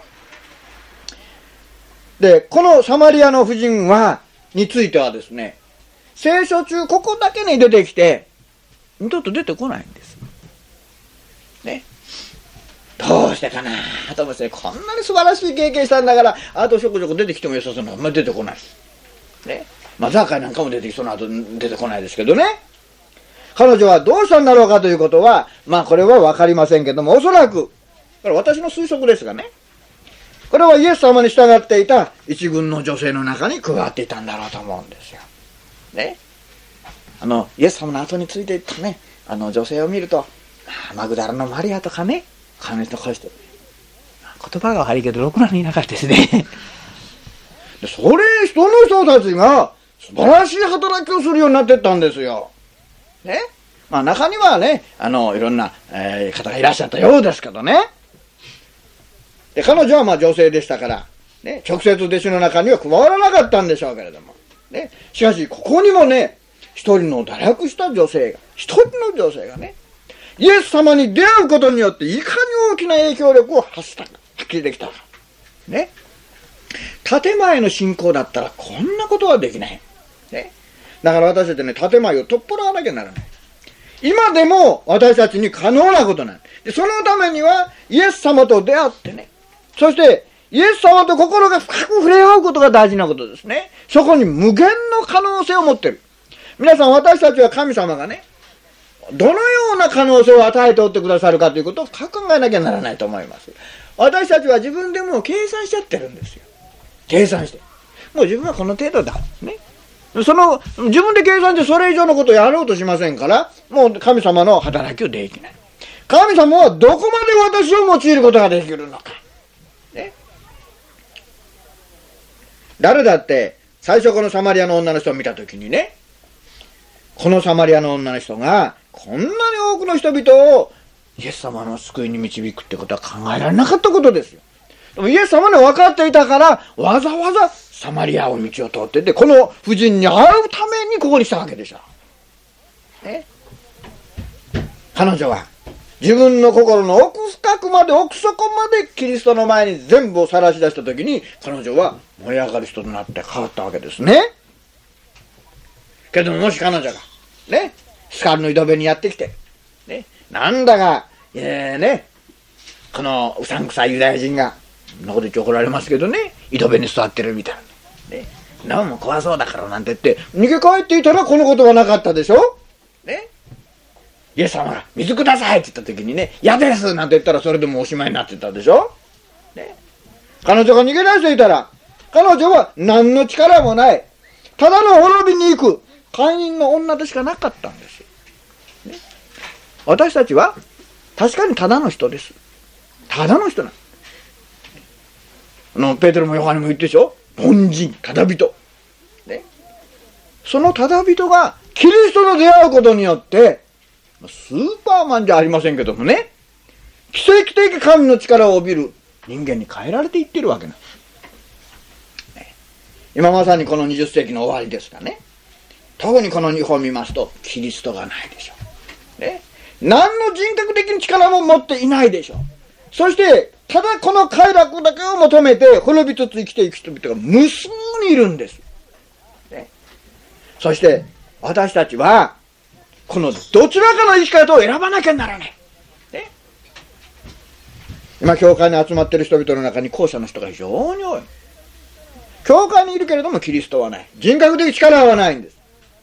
で、このサマリアの婦人についてはですね、聖書中ここだけに出てきて、二度と出てこないんです。ね。どうしてかなと思って、こんなに素晴らしい経験したんだから、あとちょこちょこ出てきてもよさそうなのが出てこないです。ね。まあ、ザーカイなんかも出てきそうな後出てこないですけどね。彼女はどうしたんだろうかということは、まあこれはわかりませんけども、おそらく、これ私の推測ですがね、これはイエス様に従っていた一群の女性の中に加わっていたんだろうと思うんですよ。ね。イエス様の後についていったね、女性を見ると、マグダラのマリアとかね、彼女とこうして、言葉が悪いけど、ろくなにいなかったですね。その人たちが素晴らしい働きをするようになっていったんですよ。ね。まあ中にはね、いろんな、方がいらっしゃったようですけどね。で、彼女はまあ女性でしたから、ね、直接弟子の中には加わらなかったんでしょうけれども。ね。しかし、ここにもね、一人の堕落した女性がね、イエス様に出会うことによっていかに大きな影響力を発揮できたか。ね。 建前の信仰だったらこんなことはできない。ね。だから私たちね、建前を取っ払わなきゃならない。今でも私たちに可能なことなんで、そのためにはイエス様と出会ってね、そしてイエス様と心が深く触れ合うことが大事なことですね。そこに無限の可能性を持ってる。皆さん、私たちは神様がね、どのような可能性を与えておってくださるかということを深く考えなきゃならないと思います。私たちは自分でもう計算しちゃってるんですよ。計算して。もう自分はこの程度だ。ね。自分で計算してそれ以上のことをやろうとしませんから、もう神様の働きをできない。神様はどこまで私を用いることができるのか。ね。誰だって、最初このサマリアの女の人を見たときにね、このサマリアの女の人が、こんなに多くの人々をイエス様の救いに導くってことは考えられなかったことですよ。でもイエス様に分かっていたから、わざわざサマリアを道を通ってて、この婦人に会うためにここにしたわけでしょ。ね。彼女は自分の心の奥深くまで、奥底までキリストの前に全部を晒し出したときに、彼女は燃え上がる人となって変わったわけですね。けども、もし彼女がね、スカルの井戸辺にやってきて、ね、なんだか、このうさんくさいユダヤ人が、そんなこと言って怒られますけどね、井戸辺に座ってるみたいな。ね、なんも怖そうだからなんて言って、逃げ帰っていたらこのことはなかったでしょ。ね。イエス様が水くださいって言った時にね、嫌ですなんて言ったらそれでもおしまいになってたでしょ。ね。彼女が逃げ出していたら、彼女は何の力もない、ただの滅びに行く、会員の女でしかなかったんですよ。ね、私たちは確かにただの人です。ただの人なん。ペテロもヨハネも言ってでしょ。凡人、ただ人。ね。そのただ人がキリストと出会うことによって、スーパーマンじゃありませんけどもね、奇跡的神の力を帯びる人間に変えられていってるわけなんです。ね、今まさにこの20世紀の終わりですがね、特にこの日本を見ますと、キリストがないでしょう。ね。何の人格的に力も持っていないでしょう。そして、ただこの快楽だけを求めて滅びつつ生きていく人々が無数にいるんです。ね。そして、私たちは、このどちらかの生き方を選ばなきゃならない。ね。今、教会に集まっている人々の中に後者の人が非常に多い。教会にいるけれどもキリストはない。人格的力はないんです。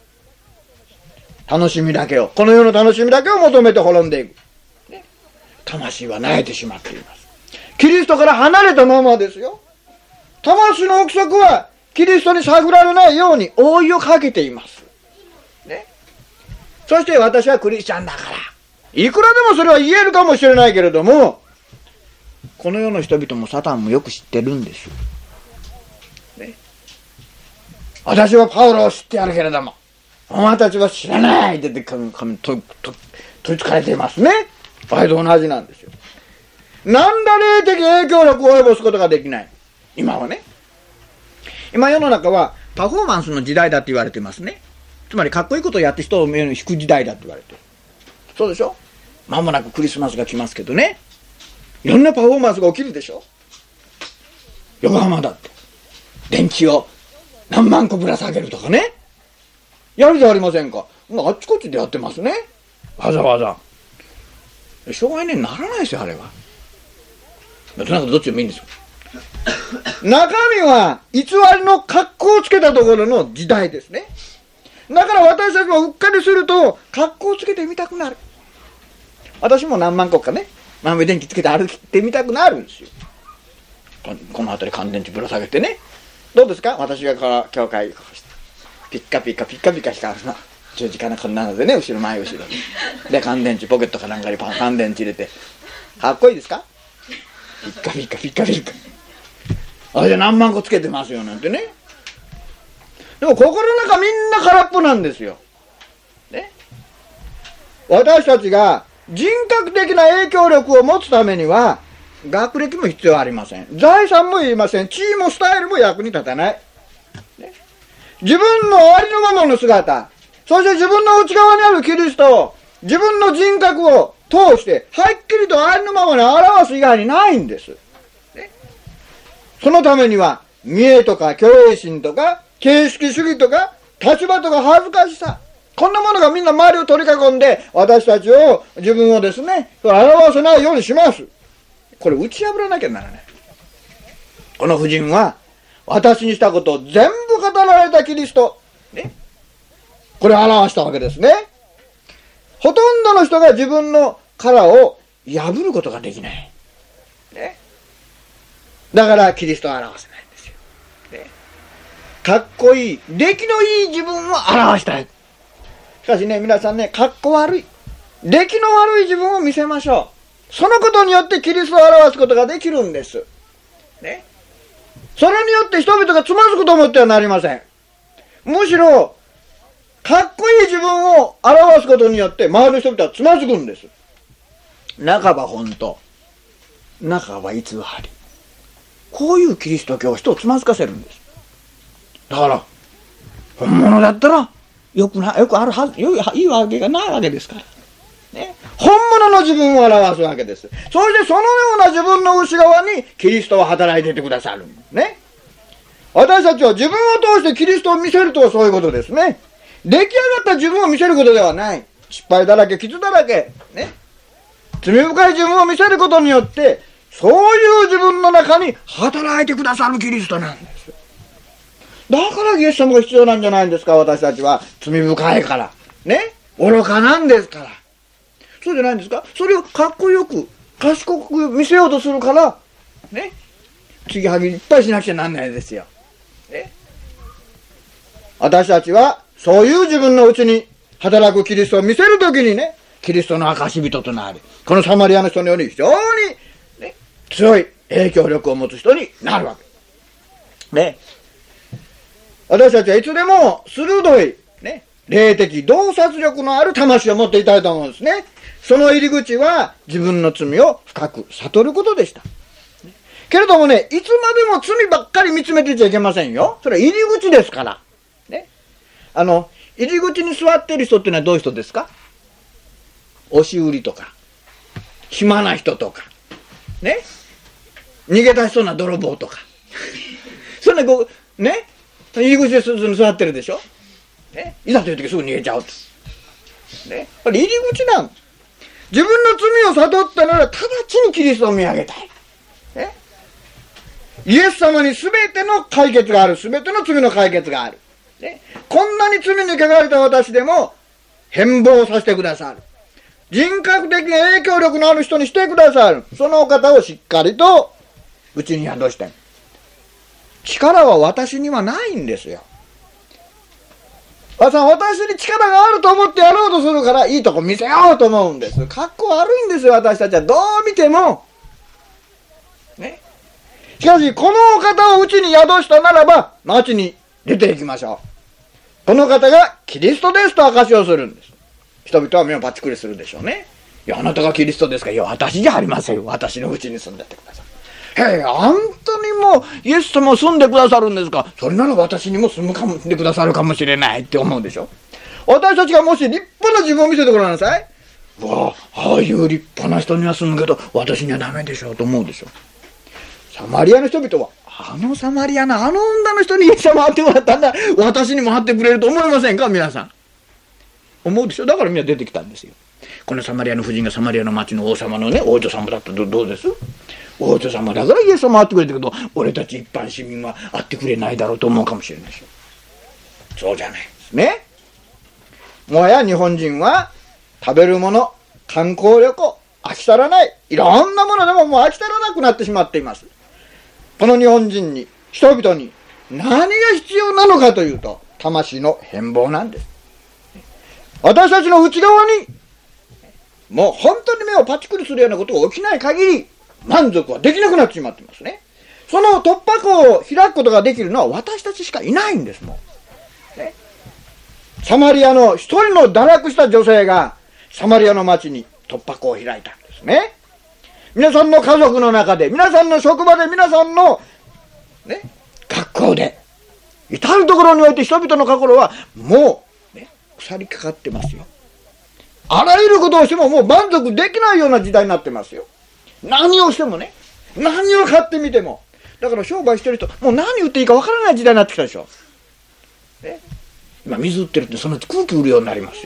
楽しみだけを、この世の楽しみだけを求めて滅んでいく。ね、魂は萎えてしまっています。キリストから離れたままですよ。魂の奥底はキリストに探られないように覆いをかけています。ね、そして私はクリスチャンだから。いくらでもそれは言えるかもしれないけれども、この世の人々もサタンもよく知ってるんですよ。ね、私はパウロを知ってやるけれども、お前たちは知らないって取りつかれていますね。あれと同じなんですよ。何ら霊的影響力を及ぼすことができない。今はね。今世の中はパフォーマンスの時代だって言われてますね。つまりかっこいいことをやって人を目に引く時代だって言われてる。そうでしょ。間もなくクリスマスが来ますけどね。いろんなパフォーマンスが起きるでしょ。横浜だって。電池を何万個ぶら下げるとかね。やるじゃありませんか。あっちこっちでやってますね。わざわざ。障害にならないですよ、あれは。なんかどっちでもいいんですよ。中身は偽りの格好をつけたところの時代ですね。だから私たちもうっかりすると格好をつけてみたくなる。私も何万個かね、豆電気つけて歩いてみたくなるんですよ。この辺り乾電池ぶら下げてね。どうですか、私がこの教会ピッカピカピッカピカ光るの十字架のこんなのでね、後ろ前後ろで乾電池ポケットかなんかに乾電池入れてかっこいいですか。ピッカピカピッカピカ、あ、じゃあ何万個つけてますよなんてね。でも心の中みんな空っぽなんですよ、ね、私たちが人格的な影響力を持つためには学歴も必要ありません。財産もいりません。地位もスタイルも役に立たない、ね、自分のありのままの姿、そして自分の内側にあるキリストを自分の人格を通してはっきりとありのままに表す以外にないんです、ね、そのためには見栄とか虚栄心とか形式主義とか立場とか恥ずかしさ、こんなものがみんな周りを取り囲んで私たちを、自分をですね、表せないようにします。これ打ち破らなきゃならない。この婦人は私にしたことを全部語られたキリスト、ね、これを表したわけですね。ほとんどの人が自分の殻を破ることができない、ね、だからキリストを表せないんですよ、ね、かっこいい出来のいい自分を表したい。しかしね、皆さんね、かっこ悪い出来の悪い自分を見せましょう。そのことによってキリストを表すことができるんです、ね、それによって人々がつまずくと思ってはなりません。むしろかっこいい自分を表すことによって周りの人々はつまずくんです。半ば本当、半ば偽り、こういうキリスト教は人をつまずかせるんです。だから本物だったらよくあるはず、いいわけがないわけですから、ね、本物の自分を表すわけです。そしてそのような自分の内側にキリストは働いていてくださるんですね。私たちは自分を通してキリストを見せるとはそういうことですね。出来上がった自分を見せることではない。失敗だらけ、傷だらけ、ね、罪深い自分を見せることによって、そういう自分の中に働いてくださるキリストなんです。だからイエス様が必要なんじゃないんですか。私たちは罪深いからね、愚かなんですから。そうじゃないんですか。それをかっこよく賢く見せようとするからね、継ぎはぎいっぱいしなくちゃなんないですよ、ね、私たちはそういう自分のうちに働くキリストを見せるときにね、キリストの証人となり、このサマリアの人のように非常に、ね、強い影響力を持つ人になるわけね。私たちはいつでも鋭い、ね、霊的洞察力のある魂を持っていたいと思うんですね。その入り口は自分の罪を深く悟ることでした。けれどもね、いつまでも罪ばっかり見つめてちゃいけませんよ。それは入り口ですから。ね、入り口に座っている人っていうのはどういう人ですか。押し売りとか、暇な人とか、ね、逃げ出しそうな泥棒とか。そんなこう、ね、入り口で座ってるでしょ。ね、いざという時すぐ逃げちゃうと。ね、これ入り口なん。自分の罪を悟ったなら直ちにキリストを見上げたい。ね、イエス様に全ての解決がある。全ての罪の解決がある。ね、こんなに罪に汚れた私でも変貌させてくださる。人格的な影響力のある人にしてくださる。そのお方をしっかりとうちに宿して。力は私にはないんですよ。私に力があると思ってやろうとするからいいとこ見せようと思うんです。かっこ悪いんですよ、私たちは。どう見ても。ね。しかし、このお方をうちに宿したならば、町に出ていきましょう。この方がキリストですと証しをするんです。人々は目をパチクリするでしょうね。いや、あなたがキリストですか。いや、私じゃありませんよ。私のうちに住んでってください。へえ、あんたにもイエス様を住んでくださるんですか。それなら私にも住んでくださるかもしれないって思うでしょ。私たちがもし立派な自分を見せてごらんなさい。うわあ、ああいう立派な人には住むけど私にはダメでしょと思うでしょ。サマリアの人々はあのサマリアのあの女の人にイエス様会ってもらったんだ、私にも会ってくれると思いませんか。皆さん思うでしょ。だからみんな出てきたんですよ。このサマリアの婦人がサマリアの町の王様のね、王女様だったらどうです。王女様だからイエス様会ってくれたけど、俺たち一般市民は会ってくれないだろうと思うかもしれないでしょ。そうじゃないですね。もはや日本人は食べるもの、観光旅行、飽き足らない、いろんなものでももう飽き足らなくなってしまっています。この日本人に、人々に何が必要なのかというと、魂の変貌なんです。私たちの内側にもう本当に目をパチクリするようなことが起きない限り満足はできなくなってしまっていますね。その突破口を開くことができるのは私たちしかいないんですもん、ね、サマリアの一人の堕落した女性がサマリアの町に突破口を開いたんですね。皆さんの家族の中で、皆さんの職場で、皆さんの、ね、学校で至るところにおいて人々の心はもう、ね、腐りかかってますよ。あらゆることをしてももう満足できないような時代になってますよ。何をしてもね、何を買ってみても。 だから商売してる人、もう何売っていいかわからない時代になってきたでしょ。今水売ってるってそのうち空気売るようになりますよ。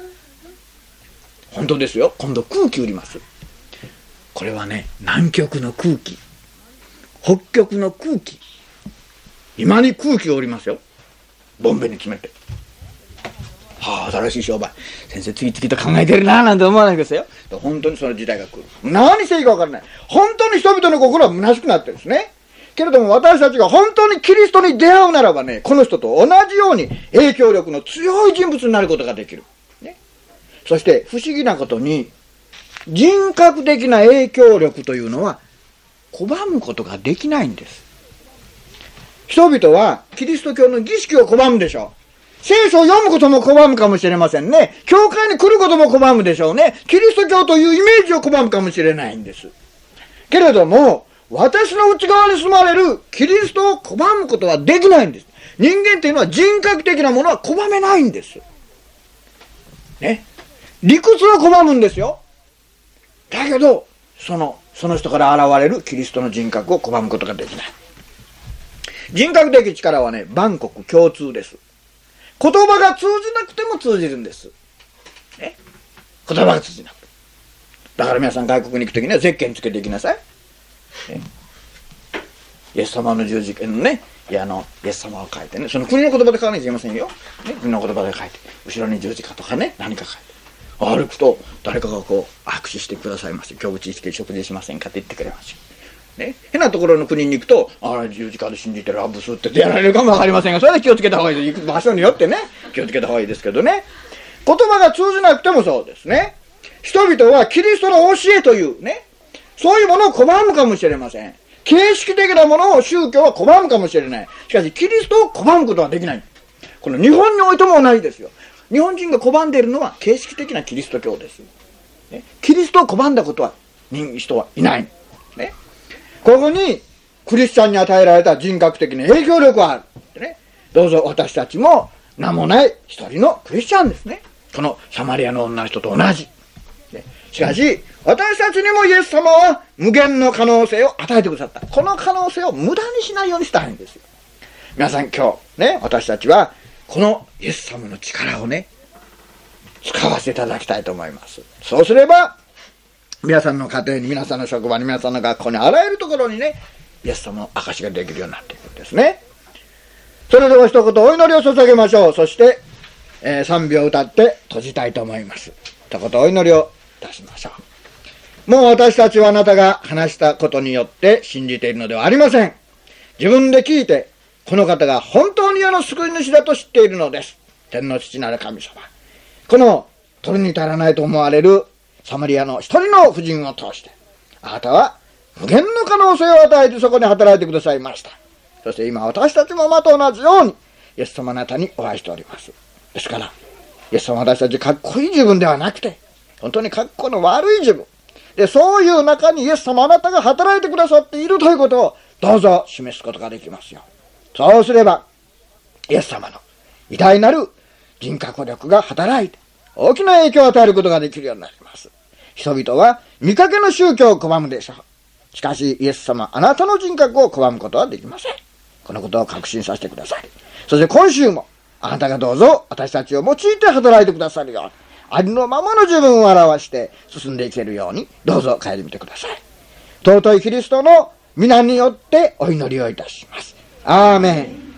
本当ですよ。今度空気売ります。これはね、南極の空気、北極の空気、今に空気を売りますよ。ボンベに詰めて。はあ、新しい商売。先生次々と考えてるなぁなんて思わないでくださいよ。本当にその時代が来る。何していいか分からない。本当に人々の心は虚しくなってるんですね。けれども私たちが本当にキリストに出会うならばね、この人と同じように影響力の強い人物になることができる。ね、そして不思議なことに、人格的な影響力というのは拒むことができないんです。人々はキリスト教の儀式を拒むでしょう。聖書を読むことも拒むかもしれませんね。教会に来ることも拒むでしょうね。キリスト教というイメージを拒むかもしれないんです。けれども、私の内側に住まれるキリストを拒むことはできないんです。人間っていうのは人格的なものは拒めないんです。ね。理屈は拒むんですよ。だけど、その人から現れるキリストの人格を拒むことができない。人格的力はね、万国共通です。言葉が通じなくても通じるんです。ね。言葉が通じなくて。だから皆さん外国に行くときにはゼッケンつけていきなさい。ね、イエス様の十字架のね、イエス様を書いてね、その国の言葉で書かなきゃいけませんよ。ね、国の言葉で書いて、後ろに十字架とかね、何か書いて。歩くと誰かがこう握手してくださいまして、今日うち来て食事しませんかって言ってくれますよ。ね、変なところの国に行くと、あれ十字架で信じてるアブスってやられるかもわかりませんが、それで気をつけた方がいいです。行く場所によってね、気をつけた方がいいですけどね。言葉が通じなくてもそうですね。人々はキリストの教えというね、そういうものを拒むかもしれません。形式的なものを宗教は拒むかもしれない。しかしキリストを拒むことはできない。この日本においても同じですよ。日本人が拒んでいるのは形式的なキリスト教です。ね、キリストを拒んだことは人はいない。ね、ここにクリスチャンに与えられた人格的な影響力はある。ね、どうぞ私たちも名もない一人のクリスチャンですね。このサマリアの女の人と同じ。ね、しかし私たちにもイエス様は無限の可能性を与えてくださった。この可能性を無駄にしないようにしたいんですよ。皆さん今日ね、私たちはこのイエス様の力をね、使わせていただきたいと思います。そうすれば皆さんの家庭に、皆さんの職場に、皆さんの学校に、あらゆるところにね、イエス様の証ができるようになっていくんですね。それでは一言お祈りを捧げましょう。そして、賛美を歌って閉じたいと思います。一言お祈りをいたしましょう。もう私たちはあなたが話したことによって信じているのではありません。自分で聞いて、この方が本当に世の救い主だと知っているのです。天の父なる神様。この取るに足らないと思われるサマリアの一人の婦人を通して、あなたは無限の可能性を与えてそこに働いてくださいました。そして今私たちもまた同じようにイエス様あなたにお会いしております。ですからイエス様私たちかっこいい自分ではなくて、本当にかっこの悪い自分で、そういう中にイエス様あなたが働いてくださっているということをどうぞ示すことができますよ。そうすればイエス様の偉大なる人格力が働いて大きな影響を与えることができるようになります。人々は見かけの宗教を拒むでしょう。しかしイエス様あなたの人格を拒むことはできません。このことを確信させてください。そして今週もあなたがどうぞ私たちを用いて働いてくださるように、ありのままの自分を表して進んでいけるようにどうぞ帰り見てください。尊いキリストの皆によってお祈りをいたします。アーメン。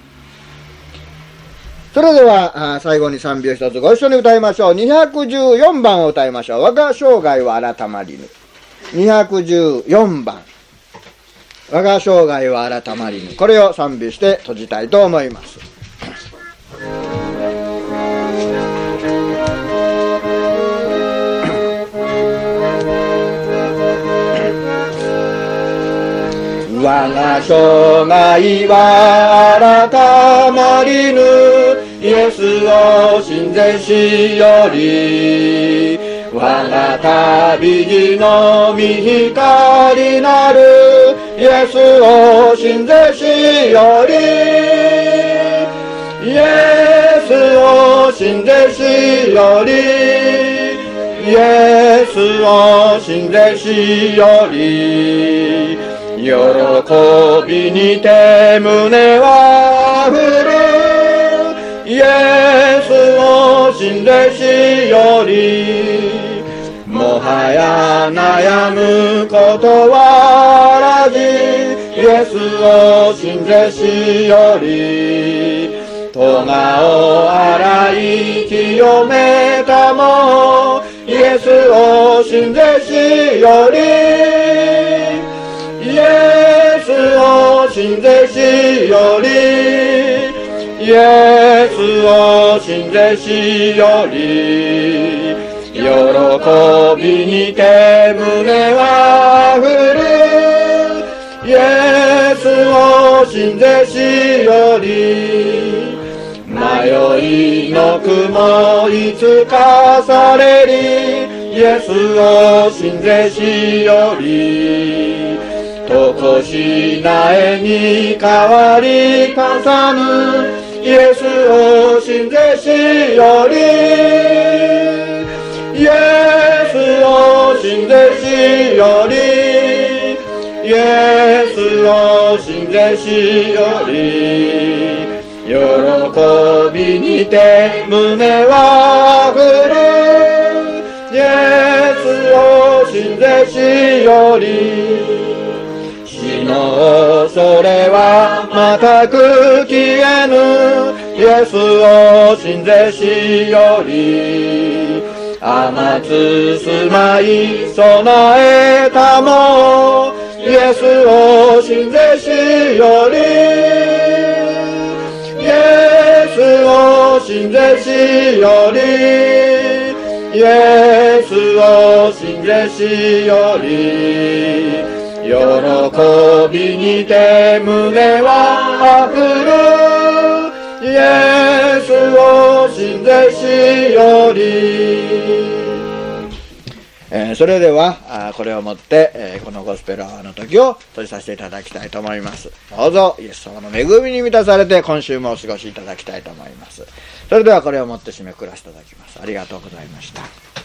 それでは最後に賛美を一つご一緒に歌いましょう。214番を歌いましょう。我が生涯は改まりぬ。214番。我が生涯は改まりぬ。これを賛美して閉じたいと思います。我が生涯は改まりぬ。イエスを信ぜしより、我が旅の御光なるイエスを信ぜしより、イエスを信ぜしより、イエスを信ぜしより、 喜びにて胸は振る。イエスを信ぜしより、もはや悩むことはあらず、イエスを信ぜしより、咎を洗い清めたもイエスを信ぜしより、イエスを信ぜしより、イエスを信ぜしより、喜びにて胸は振る。イエスを信ぜしより、迷いの雲いつかされり、イエスを信ぜしより、とこし苗に変わりかさぬ、イエスを信ぜしより、イエスを信ぜしより、イエスを信ぜしより、喜びにて胸は振る。イエスを信ぜしより、死の恐れは全く消えぬ。イエスを信ぜしより、天つまい備えたもイエスを信ぜしより、イエスを信ぜしより、イエスを信ぜしより、喜びにて胸は溢る。イエスを信ぜしより。それではこれをもって、このゴスペルアワーの時を閉じさせていただきたいと思います。どうぞイエス様の恵みに満たされて今週もお過ごしいただきたいと思います。それではこれをもって締めくらしていただきます。ありがとうございました。